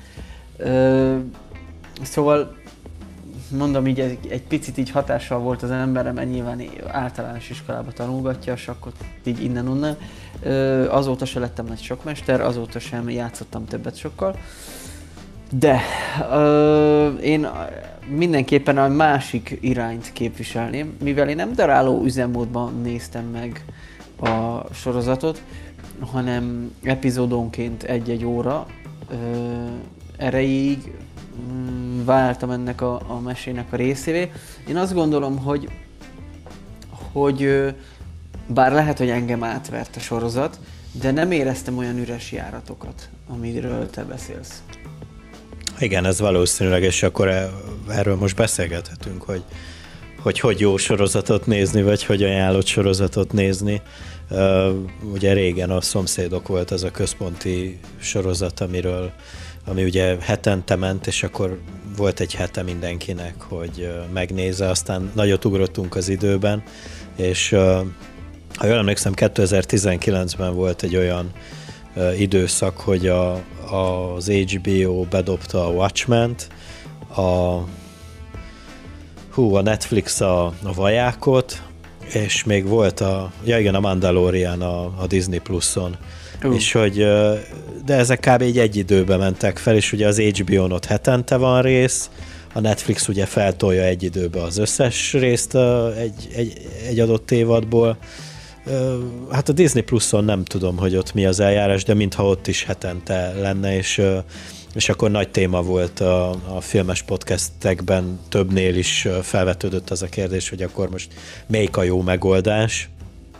Szóval mondom, így egy picit így hatással volt az emberre, mert nyilván általános iskolában tanulgatja a sakkot, így innen-onnan. Azóta se lettem nagy sakkmester, azóta sem játszottam többet sokkal. De én mindenképpen a másik irányt képviselném, mivel én nem daráló üzemmódban néztem meg a sorozatot, hanem epizódonként 1-1 óra erejéig váltam ennek a mesének a részévé. Én azt gondolom, hogy bár lehet, hogy engem átvert a sorozat, de nem éreztem olyan üres járatokat, amiről te beszélsz. Igen, ez valószínűleg, és akkor erről most beszélgethetünk, hogy jó sorozatot nézni, vagy hogy ajánlott sorozatot nézni. Ugye régen a Szomszédok volt az a központi sorozat, ami ugye hetente ment, és akkor volt egy hete mindenkinek, hogy megnézze, aztán nagyot ugrottunk az időben, és ha jól emlékszem, 2019-ben volt egy olyan időszak, hogy az HBO bedobta a Watchmen-t, a Netflix a Vajákot, és még volt a Mandalorian a Disney Pluson. És hogy, de ezek kb. Egy időben mentek fel, és ugye az HBO-n ott hetente van rész, a Netflix ugye feltolja egy időbe az összes részt egy adott évadból. Hát a Disney Pluson nem tudom, hogy ott mi az eljárás, de mintha ott is hetente lenne, és akkor nagy téma volt a filmes podcastekben, többnél is felvetődött az a kérdés, hogy akkor most melyik a jó megoldás.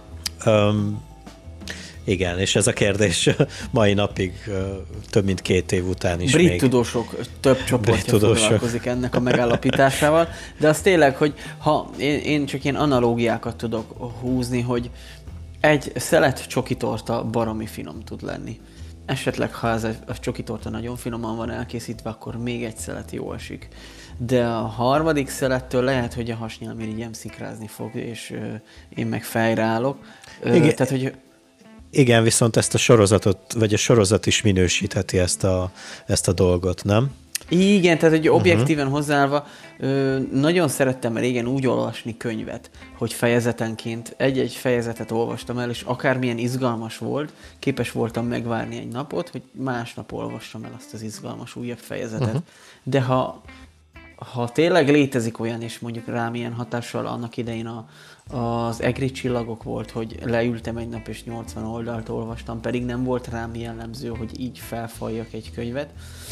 Igen, és ez a kérdés mai napig több mint 2 év után is Brit tudósok több csoportja foglalkozik ennek a megállapításával, de az tényleg, hogy ha én csak ilyen analógiákat tudok húzni, hogy egy szelet csokitorta baromi finom tud lenni. Esetleg, ha ez a csokitorta nagyon finoman van elkészítve, akkor még egy szelet jó esik. De a harmadik szelettől lehet, hogy a hasnyálmirigyem szikrázni fog, és én meg fejre állok. Igen. Tehát, hogy... Igen, viszont ezt a sorozatot, vagy a sorozat is minősítheti ezt a dolgot, nem? Igen, tehát hogy objektíven hozzáállva nagyon szerettem régen úgy olvasni könyvet, hogy fejezetenként egy-egy fejezetet olvastam el, és akármilyen izgalmas volt, képes voltam megvárni egy napot, hogy másnap olvassam el azt az izgalmas újabb fejezetet. De ha tényleg létezik olyan, és mondjuk rám ilyen hatással annak idején az egri csillagok volt, hogy leültem egy nap és 80 oldalt olvastam, pedig nem volt rám jellemző, hogy így felfalljak egy könyvet.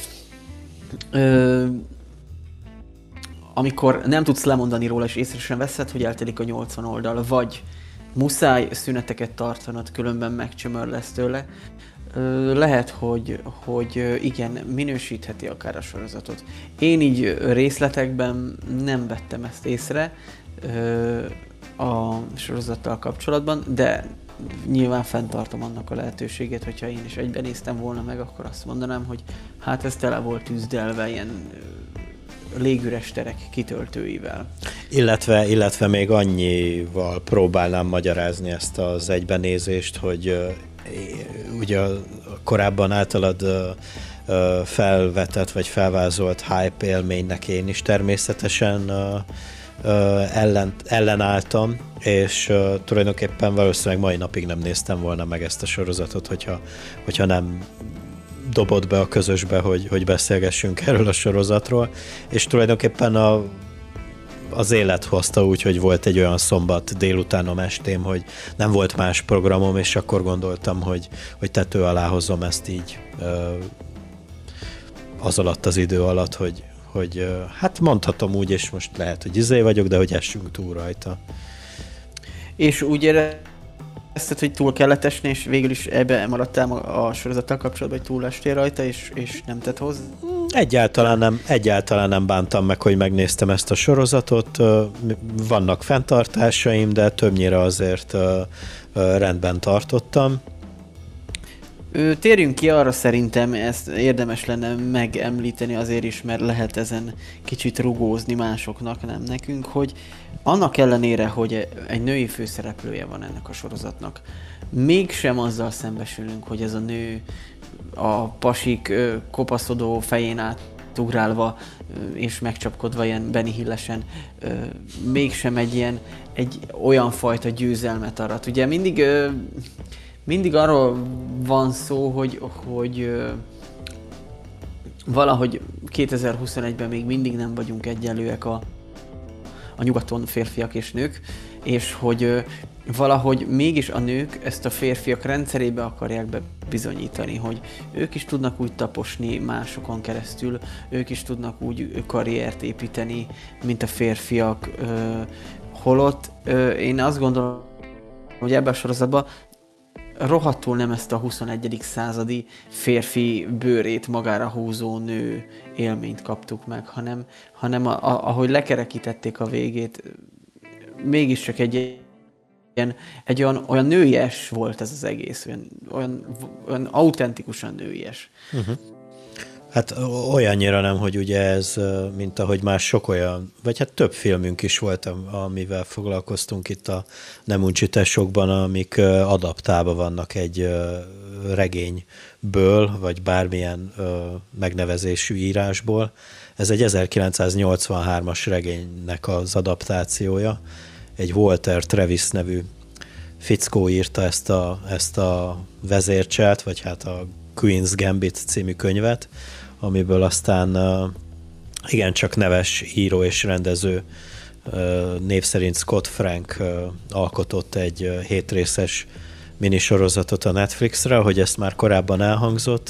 Amikor nem tudsz lemondani róla, és észre sem veszed, hogy eltelik a 80 oldal, vagy muszáj szüneteket tartanod, különben megcsömör lesz tőle, lehet, hogy igen, minősítheti akár a sorozatot. Én így részletekben nem vettem ezt észre a sorozattal kapcsolatban, de nyilván fenntartom annak a lehetőségét, hogyha én is egyben néztem volna meg, akkor azt mondanám, hogy hát ez tele volt tűzdelve ilyen légüres terek kitöltőivel. Illetve még annyival próbálnám magyarázni ezt az egybenézést, hogy ugye a korábban általad felvetett vagy felvázolt hype élménynek én is természetesen ellenálltam, és tulajdonképpen valószínűleg mai napig nem néztem volna meg ezt a sorozatot, hogyha nem dobott be a közösbe, hogy beszélgessünk erről a sorozatról, és tulajdonképpen az élet hozta úgy, hogy volt egy olyan szombat délutánom, estém, hogy nem volt más programom, és akkor gondoltam, hogy tető alá hozom ezt így az alatt az idő alatt, hogy hát mondhatom úgy, és most lehet, hogy vagyok, de hogy essünk túl rajta. És úgy érezted, hogy túl kellett esni, és végül is ebbe maradtál a sorozattal kapcsolatban, hogy túl estél rajta, és nem tett hozzá? Egyáltalán nem bántam meg, hogy megnéztem ezt a sorozatot. Vannak fenntartásaim, de többnyire azért rendben tartottam. Térjünk ki arra, szerintem ezt érdemes lenne megemlíteni azért is, mert lehet ezen kicsit rugózni másoknak, nem nekünk, hogy annak ellenére, hogy egy női főszereplője van ennek a sorozatnak, mégsem azzal szembesülünk, hogy ez a nő a pasik kopaszodó fején átugrálva és megcsapkodva ilyen Benny Hill-esen mégsem egy olyan fajta győzelmet arat. Ugye mindig arról van szó, hogy valahogy 2021-ben még mindig nem vagyunk egyenlőek a nyugaton férfiak és nők, és hogy valahogy mégis a nők ezt a férfiak rendszerébe akarják bizonyítani, hogy ők is tudnak úgy taposni másokon keresztül, ők is tudnak úgy karriert építeni, mint a férfiak. Holott én azt gondolom, hogy ebben a sorozatban rohadtul nem ezt a 21. századi férfi bőrét magára húzó nő élményt kaptuk meg, hanem ahogy lekerekítették a végét, mégiscsak egy olyan nőies volt ez az egész, olyan autentikusan nőies. Hát olyannyira nem, hogy ugye ez, mint ahogy már sok olyan, vagy hát több filmünk is volt, amivel foglalkoztunk itt a Nem uncsitásokban, amik adaptálva vannak egy regényből, vagy bármilyen megnevezésű írásból. Ez egy 1983-as regénynek az adaptációja. Egy Walter Travis nevű fickó írta ezt a vezércselt, vagy hát a Queen's Gambit című könyvet, amiből aztán igencsak neves író és rendező, név szerint Scott Frank alkotott egy 7 részes minisorozatot a Netflixre, hogy ezt már korábban elhangzott.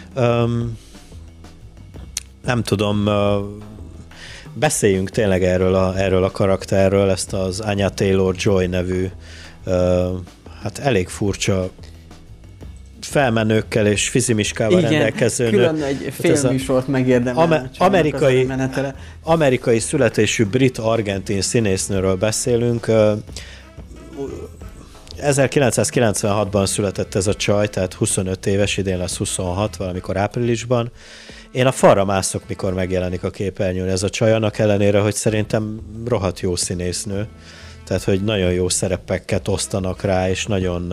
Nem tudom, beszéljünk tényleg erről a karakterről, ezt az Anya Taylor-Joy nevű, hát elég furcsa felmenőkkel és fizimiskával rendelkező nő. Külön egy félműsort megérdemel. Amerikai születésű brit-argentin színésznőről beszélünk. 1996-ban született ez a csaj, tehát 25 éves, idén lesz 26, valamikor áprilisban. Én a falra mászok, mikor megjelenik a képernyőn ez a csaj, annak ellenére, hogy szerintem rohadt jó színésznő. Tehát, hogy nagyon jó szerepeket osztanak rá, és nagyon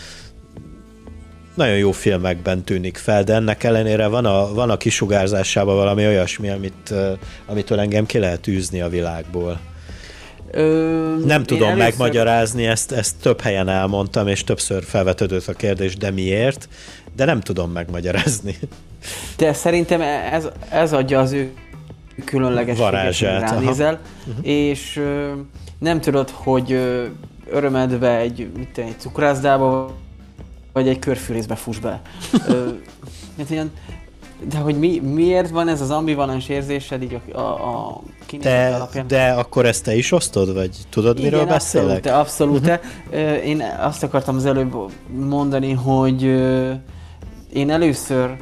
jó filmekben tűnik fel, de ennek ellenére van a kisugárzásában valami olyasmi, amitől engem ki lehet űzni a világból. Nem tudom megmagyarázni, ezt több helyen elmondtam, és többször felvetődött a kérdés, de miért, de nem tudom megmagyarázni. De szerintem ez adja az ő különlegességet, hogy ránézel, és nem tudod, hogy örömedbe egy cukrászdába, vagy egy körfűrészbe fuss be. De hogy miért van ez az ambivalens érzésed így a kinézet alapján? De akkor ezt te is osztod, vagy tudod, igen, miről beszélek? Abszolút. Én azt akartam az előbb mondani, hogy én először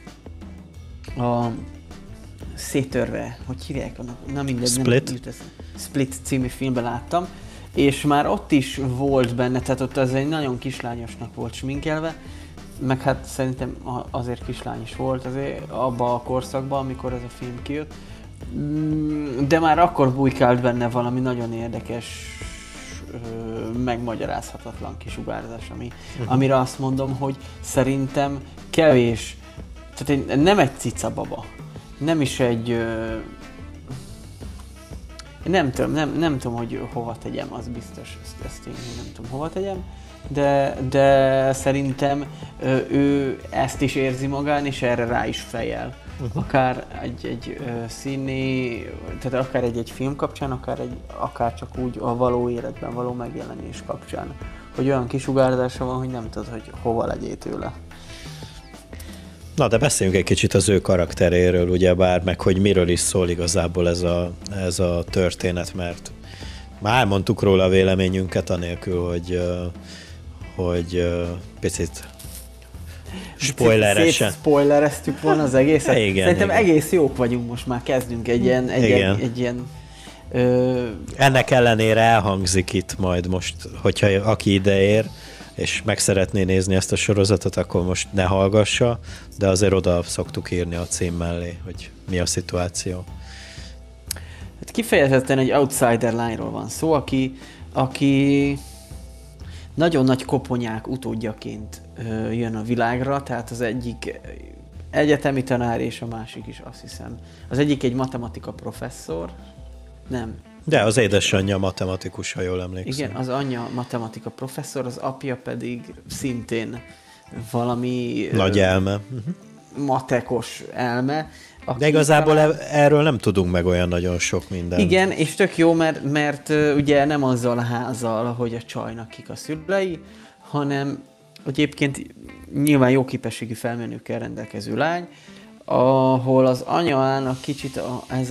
a széttörve, hogy hívják annak? Na mindegy. Split című filmben láttam, és már ott is volt benne, tehát ott az egy nagyon kislányosnak volt sminkelve, meg hát szerintem azért kislány is volt azért abban a korszakban, amikor ez a film kijött, de már akkor bujkált benne valami nagyon érdekes, megmagyarázhatatlan kisugárzás, amire azt mondom, hogy szerintem kevés, tehát nem egy cica baba, nem is egy... Nem tudom, hogy hova tegyem, az biztos, ezt én nem tudom hova tegyem, de szerintem ő ezt is érzi magán, és erre rá is fejel. Akár egy színi, tehát akár egy film kapcsán, akár csak úgy a való életben való megjelenés kapcsán. Hogy olyan kisugárzása van, hogy nem tudod, hogy hova legyél tőle. Na, de beszéljünk egy kicsit az ő karakteréről, ugyebár, meg hogy miről is szól igazából ez a történet, mert már elmondtuk róla a véleményünket, anélkül, hogy picit spoileresen. Spoilereztük volna az egészet. Igen, szerintem igen. Egész jók vagyunk most már, kezdünk egy ilyen ennek ellenére elhangzik itt majd most, hogyha aki ide ér, és meg szeretné nézni ezt a sorozatot, akkor most ne hallgassa, de azért oda szoktuk írni a cím mellé, hogy mi a szituáció. Hát kifejezetten egy outsider lányról van szó, aki nagyon nagy koponyák utódjaként jön a világra, tehát az egyik egyetemi tanár és a másik is, azt hiszem. Az egyik egy matematika professzor, nem. De az édesanyja matematikus, ha jól emlékszem. Igen, az anyja matematika professzor, az apja pedig szintén valami... Nagy elme. Matekos elme. De igazából erről nem tudunk meg olyan nagyon sok mindent. Igen, és tök jó, mert ugye nem azzal a házzal, hogy a csajnak kik a szülei, hanem egyébként nyilván jó képességű felmenőkkel rendelkező lány, ahol az anyának kicsit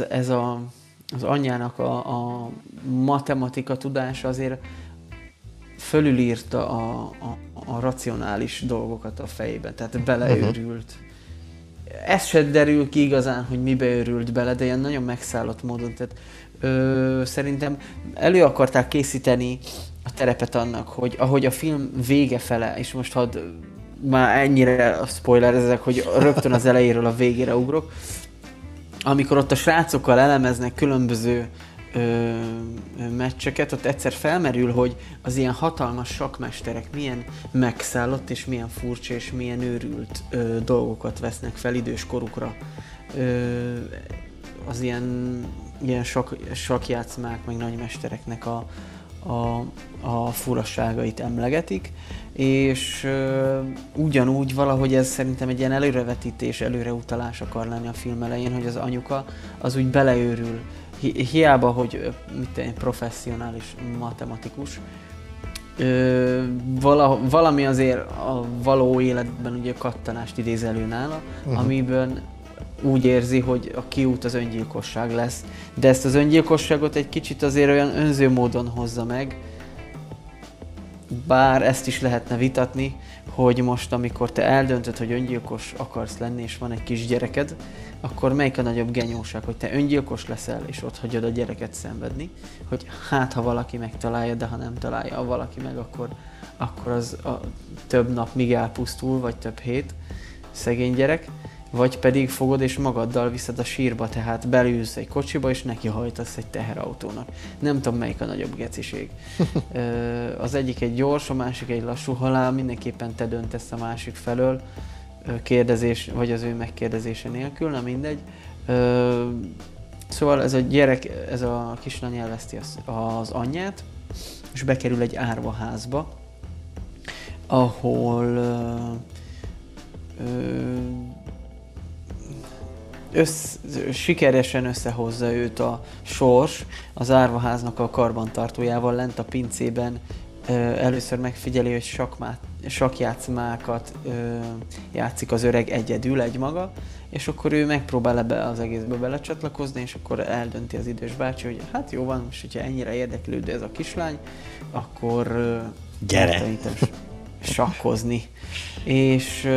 az anyjának a matematika tudása azért fölülírta a racionális dolgokat a fejében, tehát beleőrült. Ez se derül ki igazán, hogy mibe őrült bele, de ilyen nagyon megszállott módon. Tehát, szerintem elő akarták készíteni a terepet annak, hogy ahogy a film vége fele, és most hadd már ennyire spoilerezek, hogy rögtön az elejéről a végére ugrok, amikor ott a srácokkal elemeznek különböző meccseket, ott egyszer felmerül, hogy az ilyen hatalmas sakkmesterek milyen megszállott és milyen furcsa és milyen őrült dolgokat vesznek fel idős korukra. Az ilyen sakkjátszmák, meg nagymestereknek a furaságait emlegetik, és ugyanúgy valahogy ez szerintem egy ilyen előrevetítés, előreutalás akar lenni a film elején, hogy az anyuka az úgy beleőrül, hiába, hogy professzionális matematikus, valami azért a való életben ugye kattanást idéz elő nála, amiben úgy érzi, hogy a kiút az öngyilkosság lesz, de ezt az öngyilkosságot egy kicsit azért olyan önző módon hozza meg, bár ezt is lehetne vitatni, hogy most amikor te eldöntöd, hogy öngyilkos akarsz lenni, és van egy kis gyereked, akkor melyik a nagyobb genyóság, hogy te öngyilkos leszel, és ott hagyod a gyereket szenvedni, hogy hát ha valaki megtalálja, de ha nem találja valaki meg, akkor az több nap míg elpusztul, vagy több hét, szegény gyerek, vagy pedig fogod és magaddal viszed a sírba, tehát belülsz egy kocsiba és nekihajtasz egy teherautónak. Nem tudom, melyik a nagyobb geciség. Az egyik egy gyors, a másik egy lassú halál, mindenképpen te döntesz a másik felől, kérdezés, vagy az ő megkérdezése nélkül, na mindegy. Szóval ez a gyerek, ez a kislány elveszti az anyját, és bekerül egy árvaházba, ahol sikeresen összehozza őt a sors az árvaháznak a karbantartójával lent a pincében. Először megfigyeli, hogy sakkjátszmákat játszik az öreg egyedül, egymaga, és akkor ő megpróbál ebbe az egészbe belecsatlakozni, és akkor eldönti az idős bácsi, hogy hát jó van, most hogyha ennyire érdeklődő ez a kislány, akkor gyere! Sakkozni. És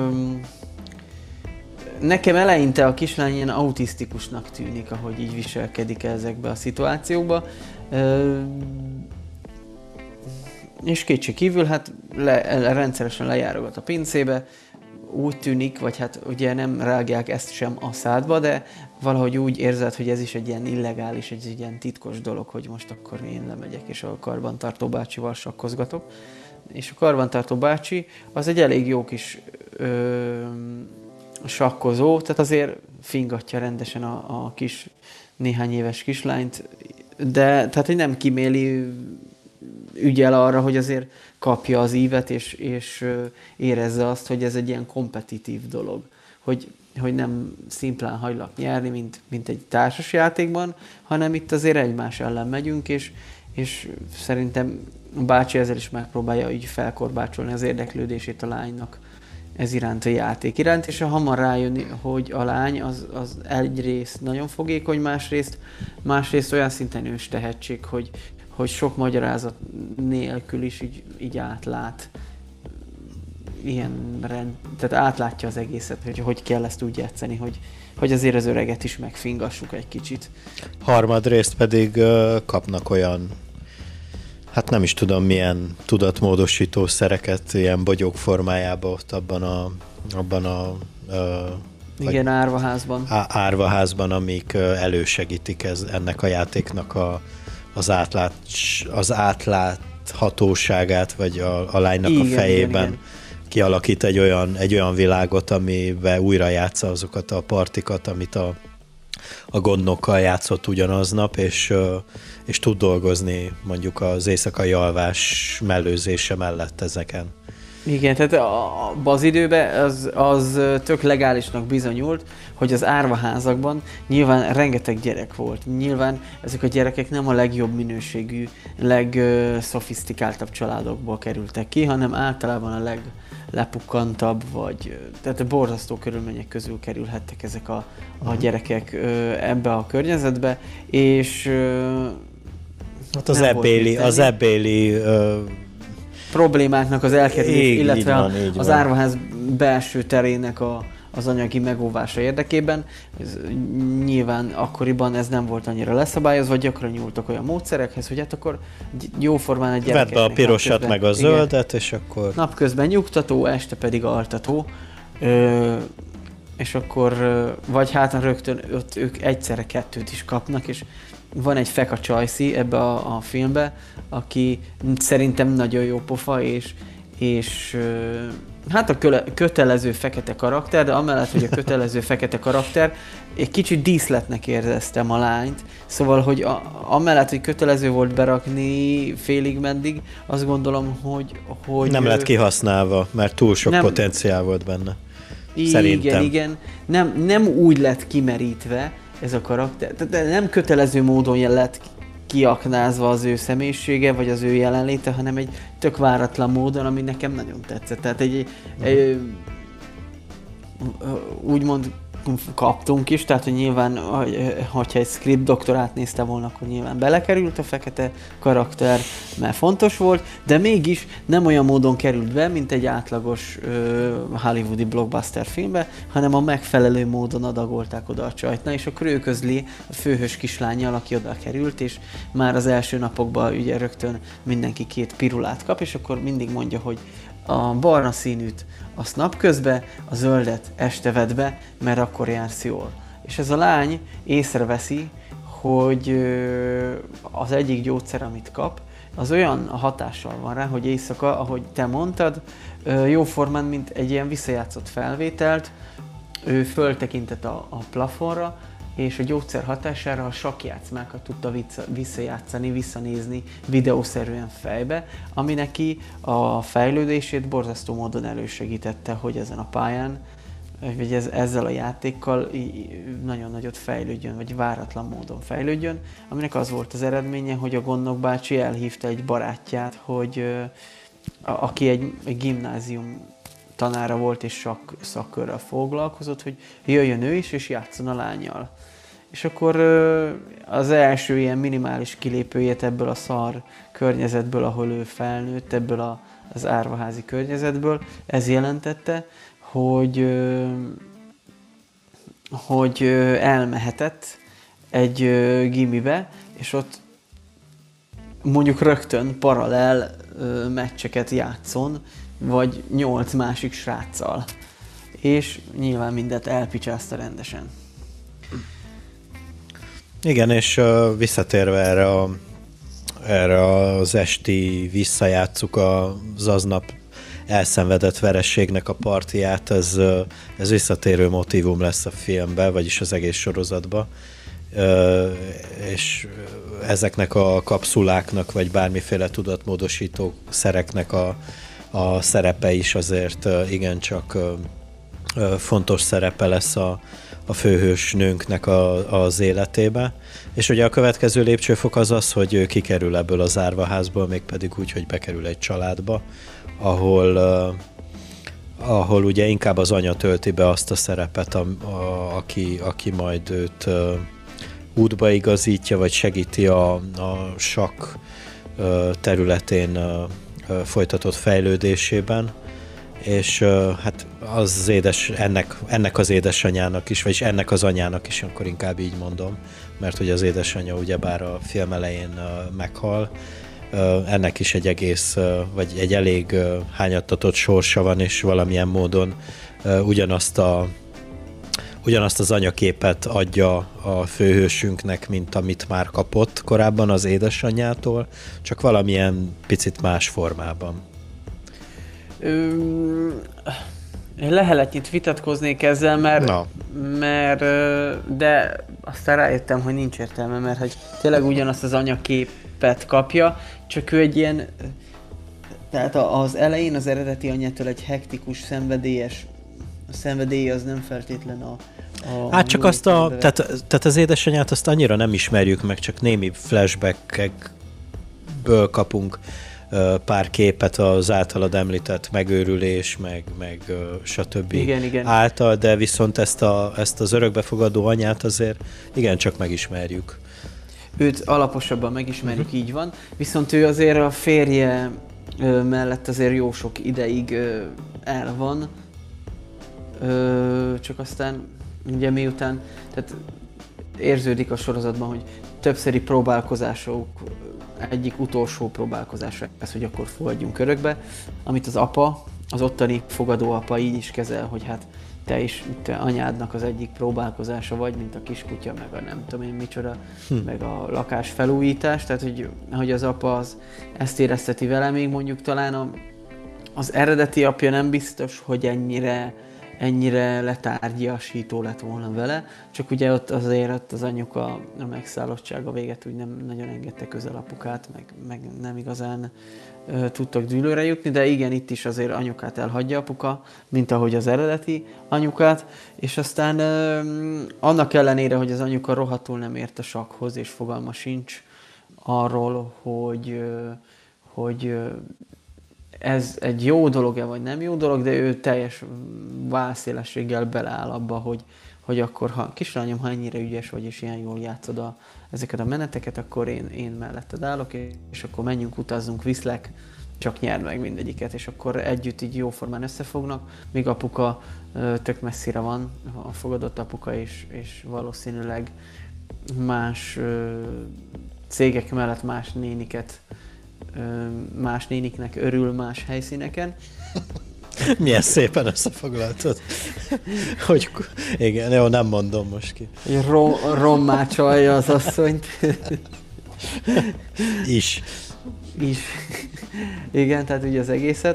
nekem eleinte a kislány ilyen autisztikusnak tűnik, ahogy így viselkedik ezekbe a szituációkba. És kétség kívül, hát rendszeresen lejárogat a pincébe, úgy tűnik, vagy hát ugye nem rágják ezt sem a szádba, de valahogy úgy érzed, hogy ez is egy ilyen illegális, egy ilyen titkos dolog, hogy most akkor én lemegyek és a karbantartó bácsival sakkozgatok. És a karbantartó bácsi az egy elég jó kis sakkozó, tehát azért fingatja rendesen a kis néhány éves kislányt, de tehát hogy nem kiméli, ügyel arra, hogy azért kapja az ívet, és érezze azt, hogy ez egy ilyen kompetitív dolog. Hogy nem szimplán hajlak nyerni, mint egy társasjátékban, hanem itt azért egymás ellen megyünk, és szerintem a bácsi ezzel is megpróbálja így felkorbácsolni az érdeklődését a lánynak ez iránt, a játék iránt, és hamar rájönni, hogy a lány az egyrészt nagyon fogékony, másrészt olyan szinten ős tehetség, hogy sok magyarázat nélkül is így átlát, tehát átlátja az egészet, hogy kell ezt úgy játszani, hogy azért az öreget is megfingassuk egy kicsit. Harmadrészt pedig kapnak olyan, hát nem is tudom milyen tudatmódosító szereket ilyen bogyók formájába ott abban a igen, árvaházban. Árvaházban, amik elősegítik ennek a játéknak az átláthatóságát, vagy a lánynak igen, a fejében igen. Kialakít egy olyan világot, amiben újra játsza azokat a partikat, amit a gondnokkal játszott ugyanaznap, és tud dolgozni mondjuk az éjszakai alvás mellőzése mellett ezeken. Igen, tehát az időben az tök legálisnak bizonyult, hogy az árvaházakban nyilván rengeteg gyerek volt. Nyilván ezek a gyerekek nem a legjobb minőségű, legszofisztikáltabb családokból kerültek ki, hanem általában a leglepukkantabb, tehát borzasztó körülmények közül kerülhettek ezek a gyerekek ebbe a környezetbe, és hát az ebbéli problémáknak az elkerülés, illetve az árvaház belső terének az anyagi megóvása érdekében. Nyilván akkoriban ez nem volt annyira leszabályozva, gyakran nyúltak olyan módszerekhez, hogy hát akkor jóformán egy gyerekeknek. Vedd be a pirosat meg a zöldet, és akkor... Napközben nyugtató, este pedig altató. És akkor, vagy hát rögtön ők egyszerre kettőt is kapnak, és van egy Feka Csajci ebbe a filmbe, aki szerintem nagyon jó pofa, és hát a kötelező fekete karakter, de amellett, hogy a kötelező fekete karakter, egy kicsit díszletnek éreztem a lányt, szóval, hogy amellett, hogy kötelező volt berakni félig meddig, azt gondolom, hogy nem lett kihasználva, mert túl sok potenciál volt benne. Szerintem. Igen. Nem úgy lett kimerítve ez a karakter, tehát nem kötelező módon lett kiaknázva az ő személyisége, vagy az ő jelenléte, hanem egy tök váratlan módon, ami nekem nagyon tetszett. Tehát úgymond kaptunk is, tehát hogy nyilván, hogyha egy script doktorát nézte volna, akkor nyilván belekerült a fekete karakter, mert fontos volt, de mégis nem olyan módon került be, mint egy átlagos hollywoodi blockbuster filmbe, hanem a megfelelő módon adagolták oda a csajt. Na és akkor ő közli a főhős kislánnyal, aki oda került, és már az első napokban ugye rögtön mindenki 2 pirulát kap, és akkor mindig mondja, hogy a barna színűt azt napközben, a zöldet este vedd be, mert akkor jársz jól. És ez a lány észreveszi, hogy az egyik gyógyszer, amit kap, az olyan hatással van rá, hogy éjszaka, ahogy te mondtad, jóformán, mint egy ilyen visszajátszott felvételt, ő föltekintett a plafonra, és a gyógyszer hatására a sakkjátszmákat tudta visszajátszani, visszanézni videószerűen fejbe, ami neki a fejlődését borzasztó módon elősegítette, hogy ezen a pályán, vagy ezzel a játékkal nagyon nagyot fejlődjön, vagy váratlan módon fejlődjön, aminek az volt az eredménye, hogy a Gondnok bácsi elhívta egy barátját, hogy aki egy gimnázium tanára volt és szakkörrel foglalkozott, hogy jöjjön ő is és játszon a lánnyal. És akkor az első ilyen minimális kilépőjét ebből a szar környezetből, ahol ő felnőtt, ebből az árvaházi környezetből, ez jelentette, hogy elmehetett egy gimibe, és ott mondjuk rögtön paralel meccseket játszon, vagy 8 másik sráccal. És nyilván mindet elpicsázta rendesen. Igen, és visszatérve erre az esti visszajátszuk az aznap elszenvedett vereségnek a partiját, ez visszatérő motívum lesz a filmben, vagyis az egész sorozatban. És ezeknek a kapszuláknak, vagy bármiféle tudatmódosító szereknek a szerepe is azért igencsak fontos szerepe lesz a főhős nőnknek az életébe. És ugye a következő lépcsőfok az, hogy ő kikerül ebből az árvaházból, mégpedig úgy, hogy bekerül egy családba, ahol ugye inkább az anya tölti be azt a szerepet, aki majd őt útba igazítja, vagy segíti a sakk területén folytatott fejlődésében, és hát ennek az édesanyának is, vagyis ennek az anyának is, akkor inkább így mondom, mert hogy az édesanyja ugyebár a film elején meghal, ennek is egy egész, vagy egy elég hányattatott sorsa van, és valamilyen módon ugyanazt az anyaképet adja a főhősünknek, mint amit már kapott korábban az édesanyjától, csak valamilyen picit más formában. Leheletnyit vitatkoznék ezzel, mert de aztán rájöttem, hogy nincs értelme, mert hogy tényleg ugyanazt az anyaképet kapja, csak ő egy ilyen, tehát az elején az eredeti anyától egy hektikus, szenvedélyes, a szenvedély az nem feltétlen a hát csak azt tehát az édesanyját azt annyira nem ismerjük meg, csak némi flashbackekből kapunk pár képet az általad említett megőrülés, meg stb. Igen. által, de viszont ezt az örökbefogadó anyát azért igencsak megismerjük. Őt alaposabban megismerjük, így van, viszont ő azért a férje mellett azért jó sok ideig el van, csak aztán ugye miután, tehát érződik a sorozatban, hogy többszöri próbálkozások, egyik utolsó próbálkozása ez, hogy akkor fogadjunk örökbe, amit az apa, az ottani fogadó apa így is kezel, hogy hát te anyádnak az egyik próbálkozása vagy, mint a kiskutya, meg a nem tudom én micsoda, meg a lakás felújítás, tehát hogy az apa ezt érezteti vele, még mondjuk talán az eredeti apja nem biztos, hogy ennyire letárgyasító lett volna vele, csak ugye ott azért az anyuka a megszállottsága véget úgy nem nagyon engedte közel apukát, meg nem igazán tudtak dűlőre jutni, de igen, itt is azért anyukát elhagyja apuka, mint ahogy az eredeti anyukát, és aztán annak ellenére, hogy az anyuka rohadtul nem ért a sakkhoz, és fogalma sincs arról, hogy ez egy jó dolog-e, vagy nem jó dolog, de ő teljes válszélességgel beleáll abba, hogy akkor, kislányom, ha ennyire ügyes vagy, és ilyen jól játszod ezeket a meneteket, akkor én melletted állok, és akkor menjünk, utazzunk, viszlek, csak nyerd meg mindegyiket, és akkor együtt így jóformán összefognak, míg apuka tök messzire van, a fogadott apuka, és valószínűleg más cégek mellett más néniknek örül más helyszíneken. Milyen szépen összefoglaltad. Hogy, igen, jó, nem mondom most ki. Rommá csalja az asszonyt. Is. Igen, tehát ugye az egészet.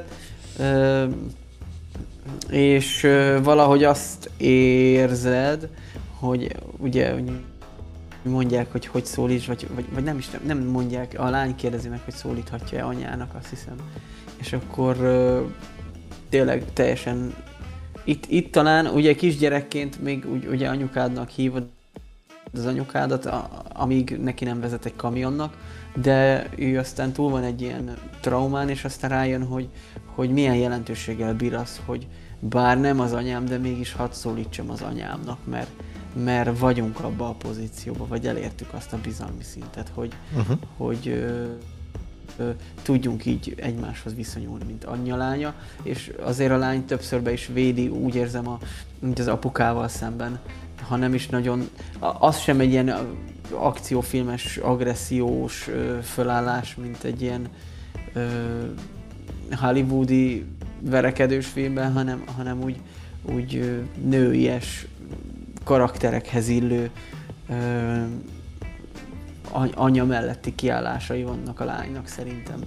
És valahogy azt érzed, hogy ugye mondják, hogy szólíts, vagy nem mondják, a lány kérdezi meg, hogy szólíthatja-e anyának, azt hiszem. És akkor tényleg teljesen itt talán ugye kisgyerekként még ugye anyukádnak hívod az anyukádat, amíg neki nem vezet egy kamionnak, de ő aztán túl van egy ilyen traumán, és aztán rájön, hogy milyen jelentőséggel bír az, hogy bár nem az anyám, de mégis hadd szólítsam az anyámnak, mert vagyunk abba a pozícióba, vagy elértük azt a bizalmi szintet, hogy tudjunk így egymáshoz viszonyulni, mint anyja-lánya, és azért a lány többször be is védi, úgy érzem, mint az apukával szemben, ha nem is nagyon, az sem egy ilyen akciófilmes, agressziós fölállás, mint egy ilyen hollywoodi verekedős filmben, hanem úgy nőies karakterekhez illő anya melletti kiállásai vannak a lánynak szerintem.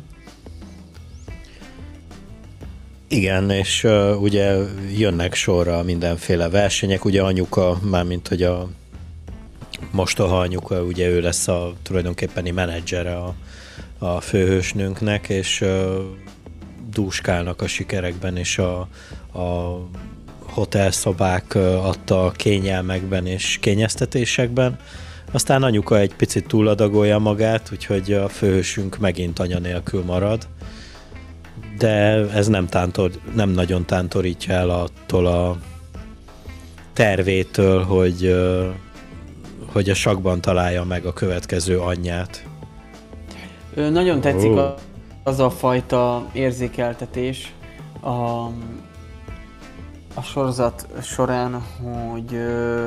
Igen, és ugye jönnek sorra mindenféle versenyek, ugye anyuka, mármint hogy a mostoha anyuka, ugye ő lesz a tulajdonképpeni menedzsere a főhősnőnknek, és dúskálnak a sikerekben, és a hotelszobák adta kényelmekben és kényeztetésekben. Aztán anyuka egy picit túladagolja magát, úgyhogy a főhősünk megint anya nélkül marad. De ez nem nagyon tántorítja el attól a tervétől, hogy a sakban találja meg a következő anyját. Nagyon tetszik az a fajta érzékeltetés a sorozat során, hogy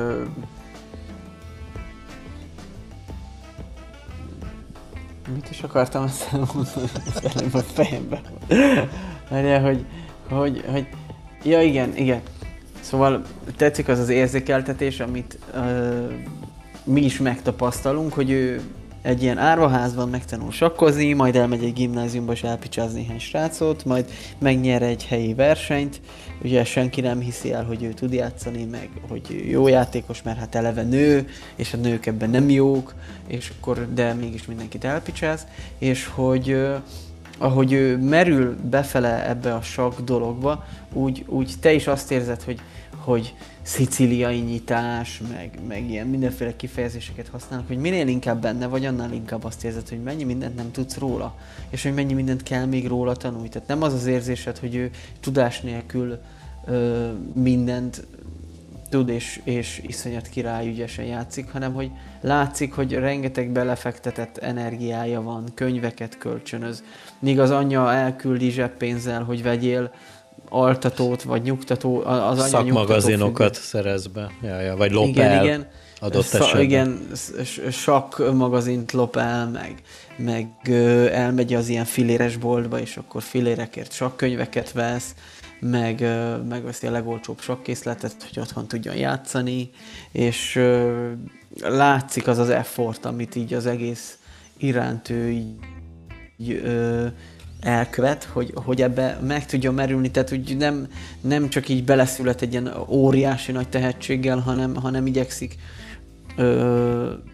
mit is akartam ezt elmondani? Előbb a fejemben. Várjál, hogy ja, igen. Szóval tetszik az érzékeltetés, amit mi is megtapasztalunk, hogy ő egy ilyen árvaházban megtanul sakkozni, majd elmegy egy gimnáziumba és elpicsáz néhány srácot, majd megnyer egy helyi versenyt. Ugye senki nem hiszi el, hogy ő tud játszani, meg hogy jó játékos, mert hát eleve nő, és a nők ebben nem jók, és akkor, de mégis mindenkit elpicsáz, és hogy ahogy ő merül befele ebbe a sakk dologba, úgy te is azt érzed, hogy szicíliai nyitás, meg ilyen mindenféle kifejezéseket használnak, hogy minél inkább benne vagy, annál inkább azt érzed, hogy mennyi mindent nem tudsz róla, és hogy mennyi mindent kell még róla tanulni. Tehát nem az az érzésed, hogy ő tudás nélkül mindent tud, és iszonyat király ügyesen játszik, hanem hogy látszik, hogy rengeteg belefektetett energiája van, könyveket kölcsönöz, míg az anyja elküldi zseppénzzel, hogy vegyél altatót, vagy nyugtató, az anya szakmagazinokat szerez be, vagy lop el. Igen. Adott esetben. Igen, sakk magazint lop el, meg elmegy az ilyen filéres boltba, és akkor filérekért sakkönyveket vesz, meg veszi a legolcsóbb sakkészletet, hogy otthon tudjon játszani, és látszik az effort, amit így az egész iránt ő így elkövet, hogy ebbe meg tudjon merülni, tehát úgy nem csak így beleszület egy ilyen óriási nagy tehetséggel, hanem igyekszik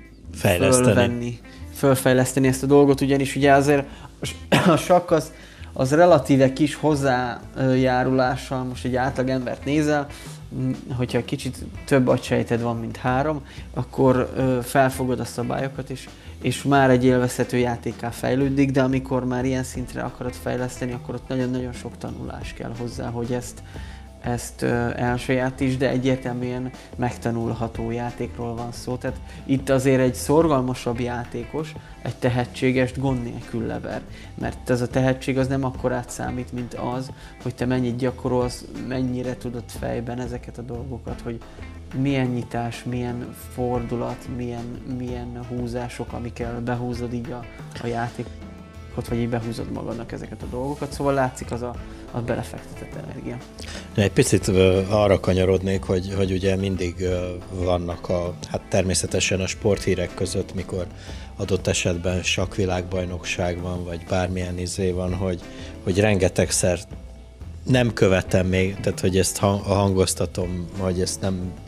fölfejleszteni ezt a dolgot, ugyanis ugye azért a sakk az relatíve kis hozzájárulással, most egy átlag embert nézel, hogyha kicsit több agysejted van, mint 3, akkor felfogod a szabályokat, és már egy élvezhető játékká fejlődik, de amikor már ilyen szintre akarod fejleszteni, akkor ott nagyon-nagyon sok tanulás kell hozzá, hogy ezt elsajátítsd, de egyértelműen megtanulható játékról van szó. Tehát itt azért egy szorgalmasabb játékos, egy tehetségest gond nélkül lever. Mert ez a tehetség az nem akkorát számít, mint az, hogy te mennyit gyakorolsz, mennyire tudod fejben ezeket a dolgokat, hogy milyen nyitás, milyen fordulat, milyen húzások, amikkel behúzod így a játékot, vagy így behúzod magadnak ezeket a dolgokat. Szóval látszik az a belefektetett energia. Egy picit arra kanyarodnék, hogy ugye mindig vannak hát természetesen a sporthírek között, mikor adott esetben sakkvilágbajnokság van, vagy bármilyen van, hogy rengetegszer nem követem még, tehát hogy ezt hangoztatom, hogy ezt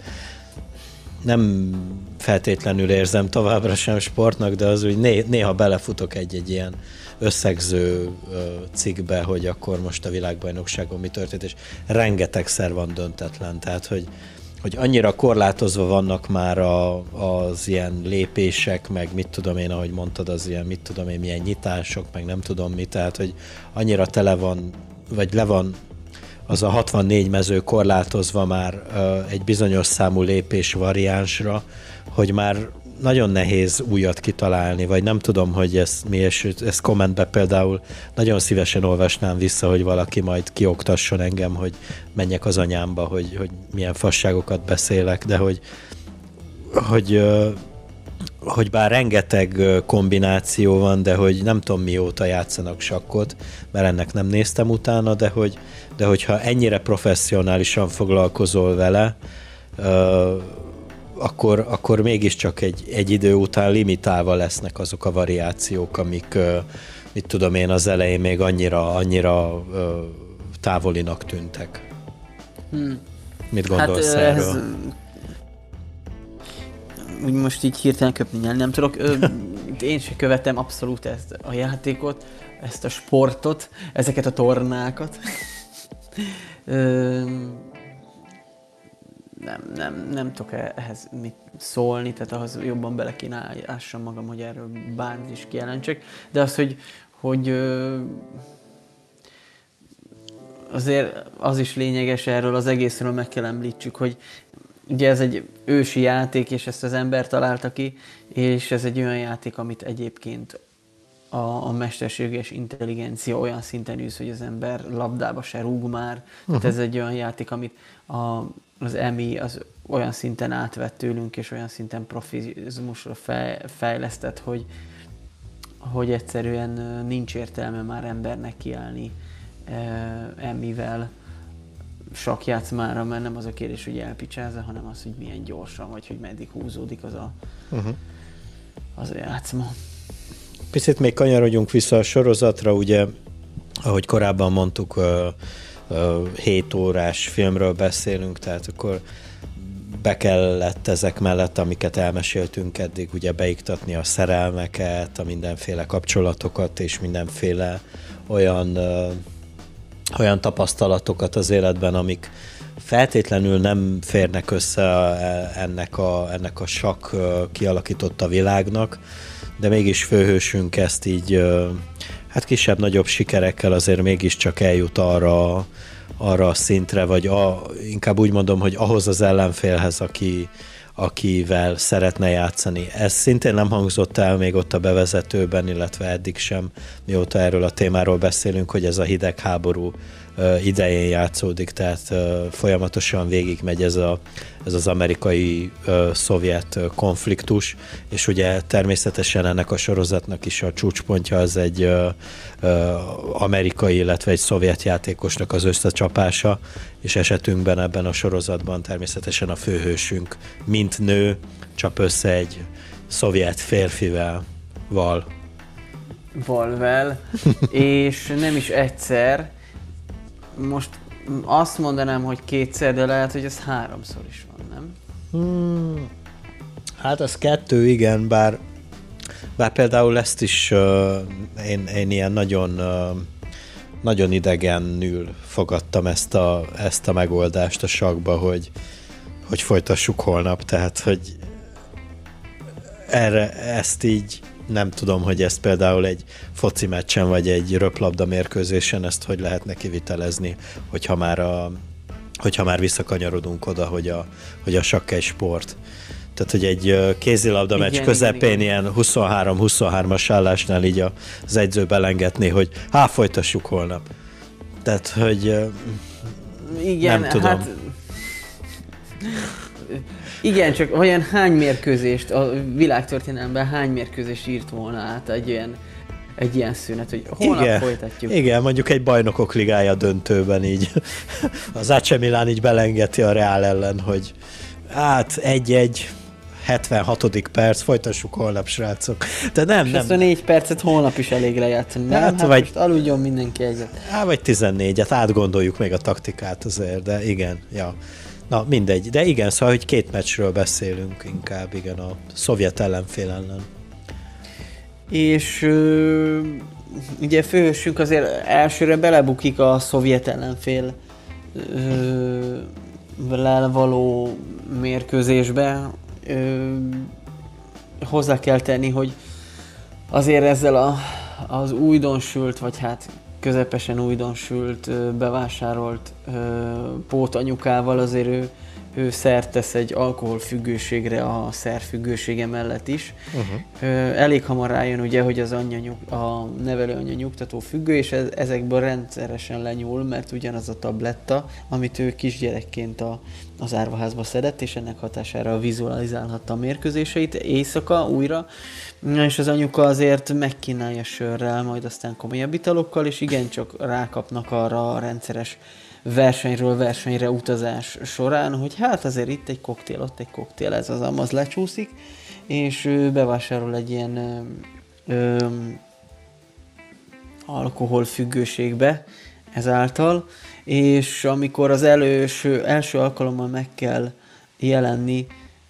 nem feltétlenül érzem továbbra sem sportnak, de az úgy néha belefutok egy ilyen összegző cikkbe, hogy akkor most a világbajnokságon mi történt, és rengetegszer van döntetlen. Tehát, hogy annyira korlátozva vannak már az ilyen lépések, meg mit tudom én, ahogy mondtad, az ilyen mit tudom én, milyen nyitások, meg nem tudom mi, tehát, hogy annyira tele van, vagy le van az a 64 mező korlátozva már egy bizonyos számú lépés variánsra, hogy már nagyon nehéz újat kitalálni, vagy nem tudom, hogy ez mi, és ezt kommentbe például nagyon szívesen olvasnám vissza, hogy valaki majd kioktasson engem, hogy menjek az anyámba, hogy milyen fasságokat beszélek, de hogy bár rengeteg kombináció van, de hogy nem tudom mióta játszanak sakkot, mert ennek nem néztem utána, de hogyha ennyire professzionálisan foglalkozol vele, akkor mégiscsak egy idő után limitálva lesznek azok a variációk, amik, mit tudom én, az elején még annyira távolinak tűntek. Mit gondolsz erről? Úgy most így hirtelen köpni nem tudok. Én se követem abszolút ezt a játékot, ezt a sportot, ezeket a tornákat. Nem tudok ehhez mit szólni, tehát ahhoz jobban bele kéne ássam magam, hogy erről bármit is kijelentsek. De az, hogy azért az is lényeges erről az egészről meg kell említsük, hogy ugye ez egy ősi játék, és ezt az ember találta ki, és ez egy olyan játék, amit egyébként a mesterséges intelligencia olyan szinten űz, hogy az ember labdába se rúg már. Tehát ez egy olyan játék, amit az EMI az olyan szinten átvett tőlünk, és olyan szinten profizmusra fejlesztett, hogy egyszerűen nincs értelme már embernek kiállni EMI-vel sakkjátszmára, mert nem az a kérdés, hogy elpicsázza, hanem az, hogy milyen gyorsan, vagy hogy meddig húzódik az a játszma. Picit még kanyarodjunk vissza a sorozatra, ugye, ahogy korábban mondtuk, 7 órás filmről beszélünk, tehát akkor be kellett ezek mellett, amiket elmeséltünk eddig, ugye beiktatni a szerelmeket, a mindenféle kapcsolatokat, és mindenféle olyan tapasztalatokat az életben, amik feltétlenül nem férnek össze ennek a sakk kialakította világnak, de mégis főhősünk ezt így hát kisebb-nagyobb sikerekkel azért mégiscsak eljut arra a szintre, vagy inkább úgy mondom, hogy ahhoz az ellenfélhez, akivel szeretne játszani. Ez szintén nem hangzott el még ott a bevezetőben, illetve eddig sem, mióta erről a témáról beszélünk, hogy ez a hidegháború idején játszódik, tehát folyamatosan végigmegy ez az amerikai-szovjet konfliktus, és ugye természetesen ennek a sorozatnak is a csúcspontja az egy amerikai, illetve egy szovjet játékosnak az összecsapása, és esetünkben ebben a sorozatban természetesen a főhősünk, mint nő, csap össze egy szovjet férfivel, és nem is egyszer. Most azt mondanám, hogy 2-szer, de lehet, hogy ez 3-szor is van, nem? Hát az 2, igen, bár például ezt is én ilyen nagyon nagyon idegenül fogadtam ezt a megoldást a sakkba, hogy folytassuk holnap, tehát, hogy ezt így nem tudom, hogy ezt például egy foci meccsen, vagy egy röplabda mérkőzésen ezt hogy lehet neki vitelezni, hogyha már visszakanyarodunk oda, hogy a sakk egy sport. Tehát, hogy egy kézilabda meccs közepén ilyen 23-23-as állásnál így az edző belengetné, hogy folytassuk holnap. Tehát, hogy igen, nem tudom. Hát, igen, csak olyan hány mérkőzést, a világtörténelemben hány mérkőzést írt volna át egy ilyen szünet, hogy holnap folytatjuk. Igen, mondjuk egy bajnokok ligája döntőben így az AC Milan így belengeti a Real ellen, hogy 1-1, 76. perc, folytassuk holnap, srácok. De nem. Ezt a 4 percet holnap is elég lejátszani. Nem, vagy, most aludjon mindenki egyet. Vagy 14-et, átgondoljuk még a taktikát azért, de igen, ja. Na, mindegy. De igen, szóval, hogy 2 meccsről beszélünk inkább, igen, a szovjet ellenfél ellen. És ugye főhősünk azért elsőre belebukik a szovjet ellenfél való mérkőzésbe. Hozzá kell tenni, hogy azért ezzel az újdonsült, vagy hát közepesen újdonsült, bevásárolt pótanyukával azért ő szert tesz egy alkoholfüggőségre a szerfüggősége mellett is. Elég hamar rájön ugye, hogy az a nevelőanyja nyugtató függő, és ezekből rendszeresen lenyúl, mert ugyanaz a tabletta, amit ő kisgyerekként az árvaházba szedett, és ennek hatására vizualizálhatta a mérkőzéseit éjszaka újra, és az anyuka azért megkínálja sörrel, majd aztán komolyabb italokkal, és igencsak rákapnak arra a rendszeres versenyről versenyre utazás során, hogy hát azért itt egy koktél, ott egy koktél, ez az amaz lecsúszik, és ő bevásárol egy ilyen alkoholfüggőségbe ezáltal, és amikor az első alkalommal meg kell jelenni,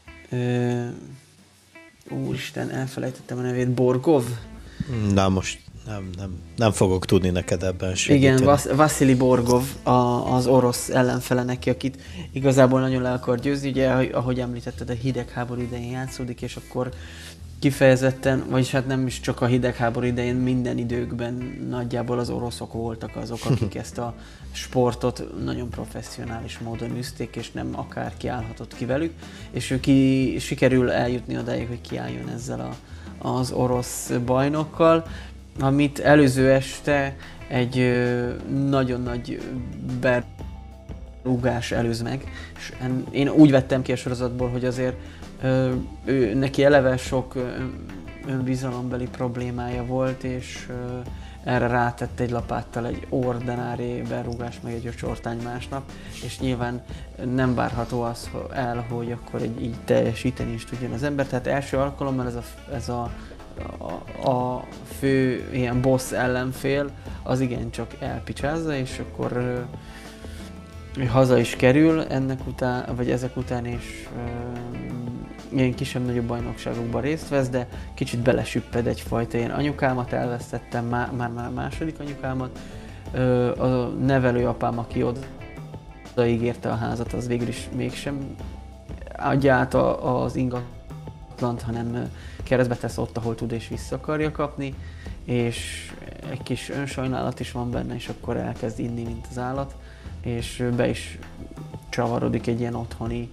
úristen, elfelejtettem a nevét, Borgov? Na most nem fogok tudni neked ebben segíteni. Igen, Vasili Borgov, az orosz ellenfele neki, akit igazából nagyon le akar győzni, ugye, ahogy említetted, a hidegháború idején játszódik, és akkor kifejezetten, vagyis hát nem is csak a hidegháború idején, minden időkben nagyjából az oroszok voltak azok, akik ezt a sportot nagyon professzionális módon űzték, és nem akárki állhatott ki velük, és ő sikerül eljutni odáig, hogy kiálljon ezzel az orosz bajnokkal, amit előző este egy nagyon nagy berúgás előz meg, és én úgy vettem ki a sorozatból, hogy azért neki eleve sok önbizalombeli problémája volt, és erre rátett egy lapáttal egy ordinári berúgás, meg egy öcsortány másnap, és nyilván nem várható az el, hogy akkor így teljesíteni is tudjon az ember. Tehát első alkalommal ez a fő ilyen boss ellenfél az igencsak elpicsázza, és akkor haza is kerül ennek után, vagy ezek után, és ilyen kisebb-nagyobb bajnokságokban részt vesz, de kicsit belesüpped egyfajta ilyen anyukámat, elvesztettem, már második anyukámat. A nevelőapám, aki odaígérte a házat, az végül is mégsem adja át az ingatlant, hanem keresztbe tesz ott, ahol tud, és vissza akarja kapni, és egy kis önsajnálat is van benne, és akkor elkezd inni, mint az állat, és be is csavarodik egy ilyen otthoni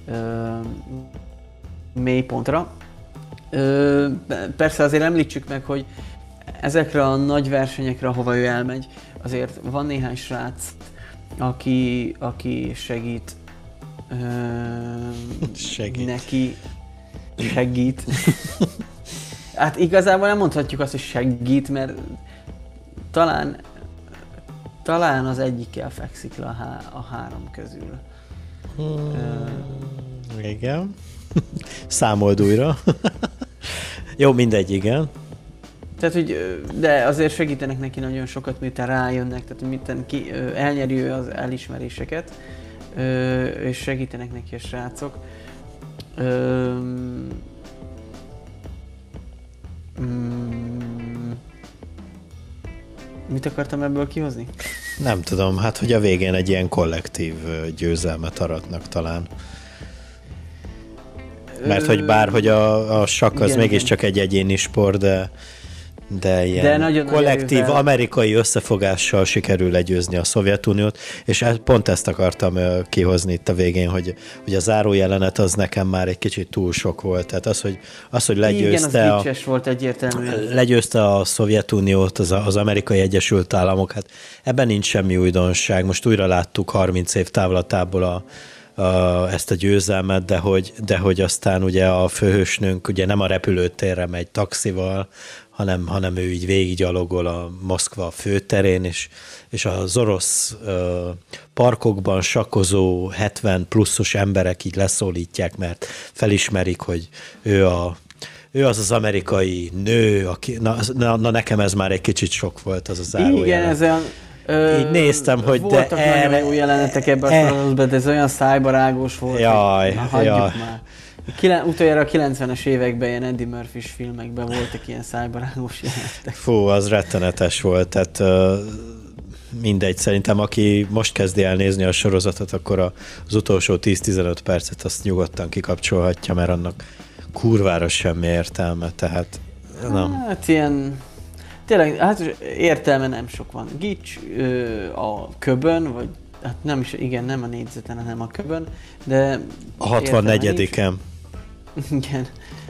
mélypontra. Persze azért említsük meg, hogy ezekre a nagy versenyekre, ahova ő elmegy, azért van néhány srác, aki segít. Neki. Segít. Hát igazából nem mondhatjuk azt, hogy segít, mert talán az egyikkel fekszik le a három közül. Igen. Számold újra. Jó, mindegy, igen. Tehát, hogy, de azért segítenek neki nagyon sokat, miután rájönnek, tehát miután elnyeri ő az elismeréseket, és segítenek neki a srácok. Mit akartam ebből kihozni? Nem tudom, hát hogy a végén egy ilyen kollektív győzelmet aratnak talán. Mert hogy bárhogy a sakk az mégiscsak egy egyéni sport, de ilyen nagyon kollektív amerikai összefogással sikerül legyőzni a Szovjetuniót, és pont ezt akartam kihozni itt a végén, hogy a zárójelenet az nekem már egy kicsit túl sok volt. Tehát az, hogy legyőzte, igen, az volt egyértelműen. Legyőzte a Szovjetuniót, az Amerikai Egyesült Államok, hát ebben nincs semmi újdonság. Most újra láttuk 30 év távlatából ezt a győzelmet, de hogy aztán ugye a főhősnőnk ugye nem a repülőtérre megy taxival, hanem ő így végiggyalogol a Moszkva főterén, és az orosz parkokban sakkozó 70 pluszos emberek így leszólítják, mert felismerik, hogy ő az amerikai nő, aki, na nekem ez már egy kicsit sok volt, az a zárójelen. Igen, ez olyan... így néztem, hogy voltak nagyon jó jelenetek ebben a sorozatban, de ez olyan szájbarágos volt, hagyjuk már. Utoljára a 90-es években ilyen Eddie Murphy-s filmekben voltak ilyen szájbarágos jelenetek. Fú, az rettenetes volt, tehát mindegy, szerintem aki most kezdi el nézni a sorozatot, akkor az utolsó 10-15 percet azt nyugodtan kikapcsolhatja, mert annak kurvára semmi értelme, tehát nem. Hát ilyen... Tényleg, hát értelme nem sok van. Gics a köbön, vagy hát nem is, igen, nem a négyzeten, hanem a köbön, de... A 64-en. Igen.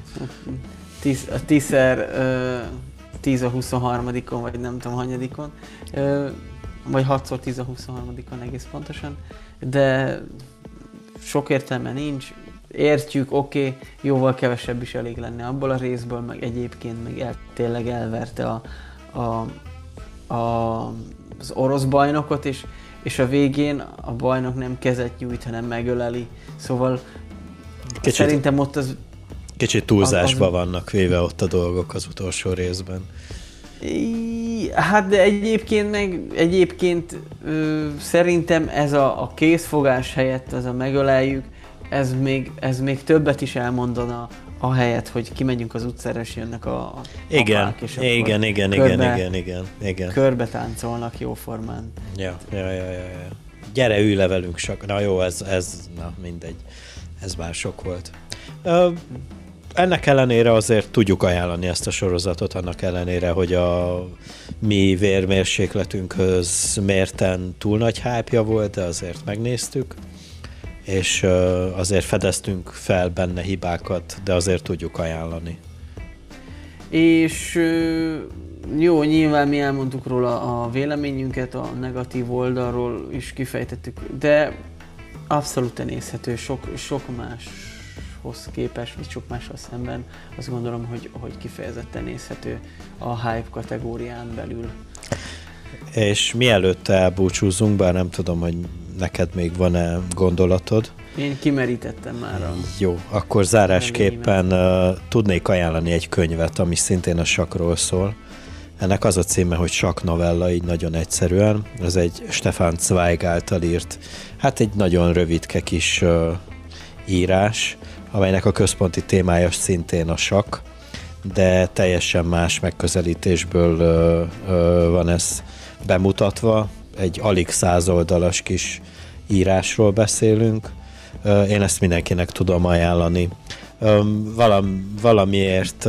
10-szer 10 a 23-on, vagy nem tudom, hanyadikon. Vagy 6-szor 10 a 23-on egész pontosan. De sok értelme nincs. Értjük, oké, jóval kevesebb is elég lenne abból a részből, meg egyébként meg tényleg elverte az orosz bajnokot, és a végén a bajnok nem kezet nyújt, hanem megöleli. Szóval szerintem ott az... Kicsit túlzásba vannak véve ott a dolgok az utolsó részben. Hát de egyébként szerintem ez a készfogás helyett, az a megöleljük, ez még többet is elmondana a helyet, hogy kimegyünk az utcára, és jönnek a apák, és igen. Körbe táncolnak jóformán. Ja. Gyere, ülj le velünk sok. Na jó, na mindegy. Ez már sok volt. Ennek ellenére azért tudjuk ajánlani ezt a sorozatot, annak ellenére, hogy a mi vérmérsékletünkhöz mérten túl nagy hype-ja volt, de azért megnéztük, és azért fedeztünk fel benne hibákat, de azért tudjuk ajánlani. És jó, nyilván mi elmondtuk róla a véleményünket, a negatív oldalról is kifejtettük, de abszolút nézhető, sok máshoz képest, vagy sok mással szemben, azt gondolom, hogy kifejezetten nézhető a hype kategórián belül. És mielőtt elbúcsúzunk, bár nem tudom, hogy neked még van-e gondolatod? Én kimerítettem már. Jó, akkor zárásképpen tudnék ajánlani egy könyvet, ami szintén a sakkról szól. Ennek az a címe, hogy Sakknovella, így nagyon egyszerűen. Ez egy Stefan Zweig által írt, hát egy nagyon rövidke kis írás, amelynek a központi témája szintén a sakk, de teljesen más megközelítésből van ez bemutatva. Egy alig 100 oldalas kis írásról beszélünk. Én ezt mindenkinek tudom ajánlani. Valamiért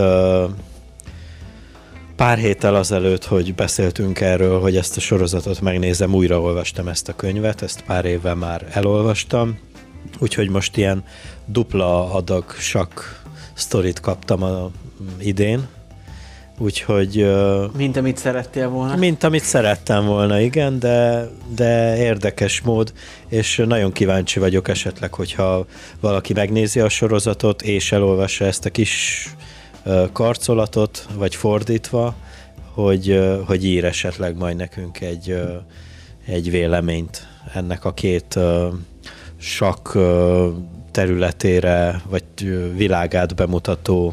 pár héttel azelőtt, hogy beszéltünk erről, hogy ezt a sorozatot megnézem, újraolvastam ezt a könyvet, ezt pár éve már elolvastam, úgyhogy most ilyen dupla adag sakk sztorit kaptam idén. Úgyhogy... Mint amit szerettél volna. Mint amit szerettem volna, igen, de érdekes mód, és nagyon kíváncsi vagyok esetleg, hogyha valaki megnézi a sorozatot, és elolvassa ezt a kis karcolatot, vagy fordítva, hogy ír esetleg majd nekünk egy véleményt ennek a két sakk területére, vagy világát bemutató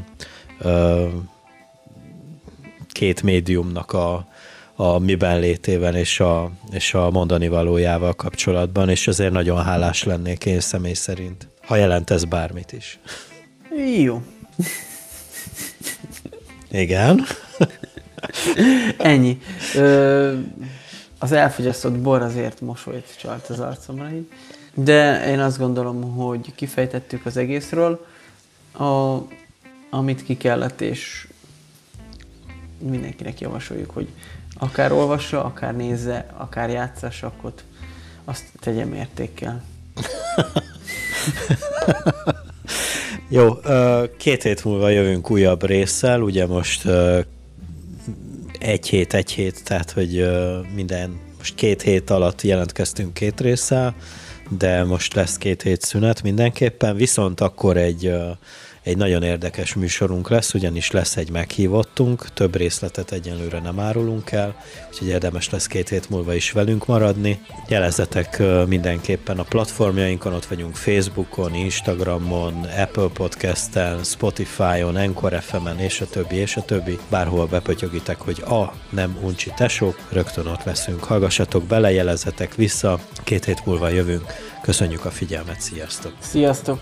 két médiumnak a miben létében és a mondani valójával kapcsolatban, és azért nagyon hálás lennék én személy szerint, ha jelent ez bármit is. Jó. Igen. Ennyi. Az elfogyasztott bor azért mosolyt csalt az arcomra így. De én azt gondolom, hogy kifejtettük az egészről, amit ki kellett, és mindenkinek javasoljuk, hogy akár olvassa, akár nézze, akár játssza sakkot, azt tegye mértékkel. Jó, 2 hét múlva jövünk újabb résszel, ugye most egy hét, tehát hogy most 2 hét alatt jelentkeztünk 2 résszel, de most lesz 2 hét szünet mindenképpen, viszont akkor egy nagyon érdekes műsorunk lesz, ugyanis lesz egy meghívottunk, több részletet egyenlőre nem árulunk el, úgyhogy érdemes lesz 2 hét múlva is velünk maradni. Jelezzetek mindenképpen a platformjainkon, ott vagyunk Facebookon, Instagramon, Apple Podcast-en, Spotify-on, Anchor FM-en, és a többi. Bárhol bepötyögitek, hogy nem uncsi tesók, rögtön ott leszünk. Hallgassatok bele, jelezzetek vissza, 2 hét múlva jövünk. Köszönjük a figyelmet, sziasztok! Sziasztok!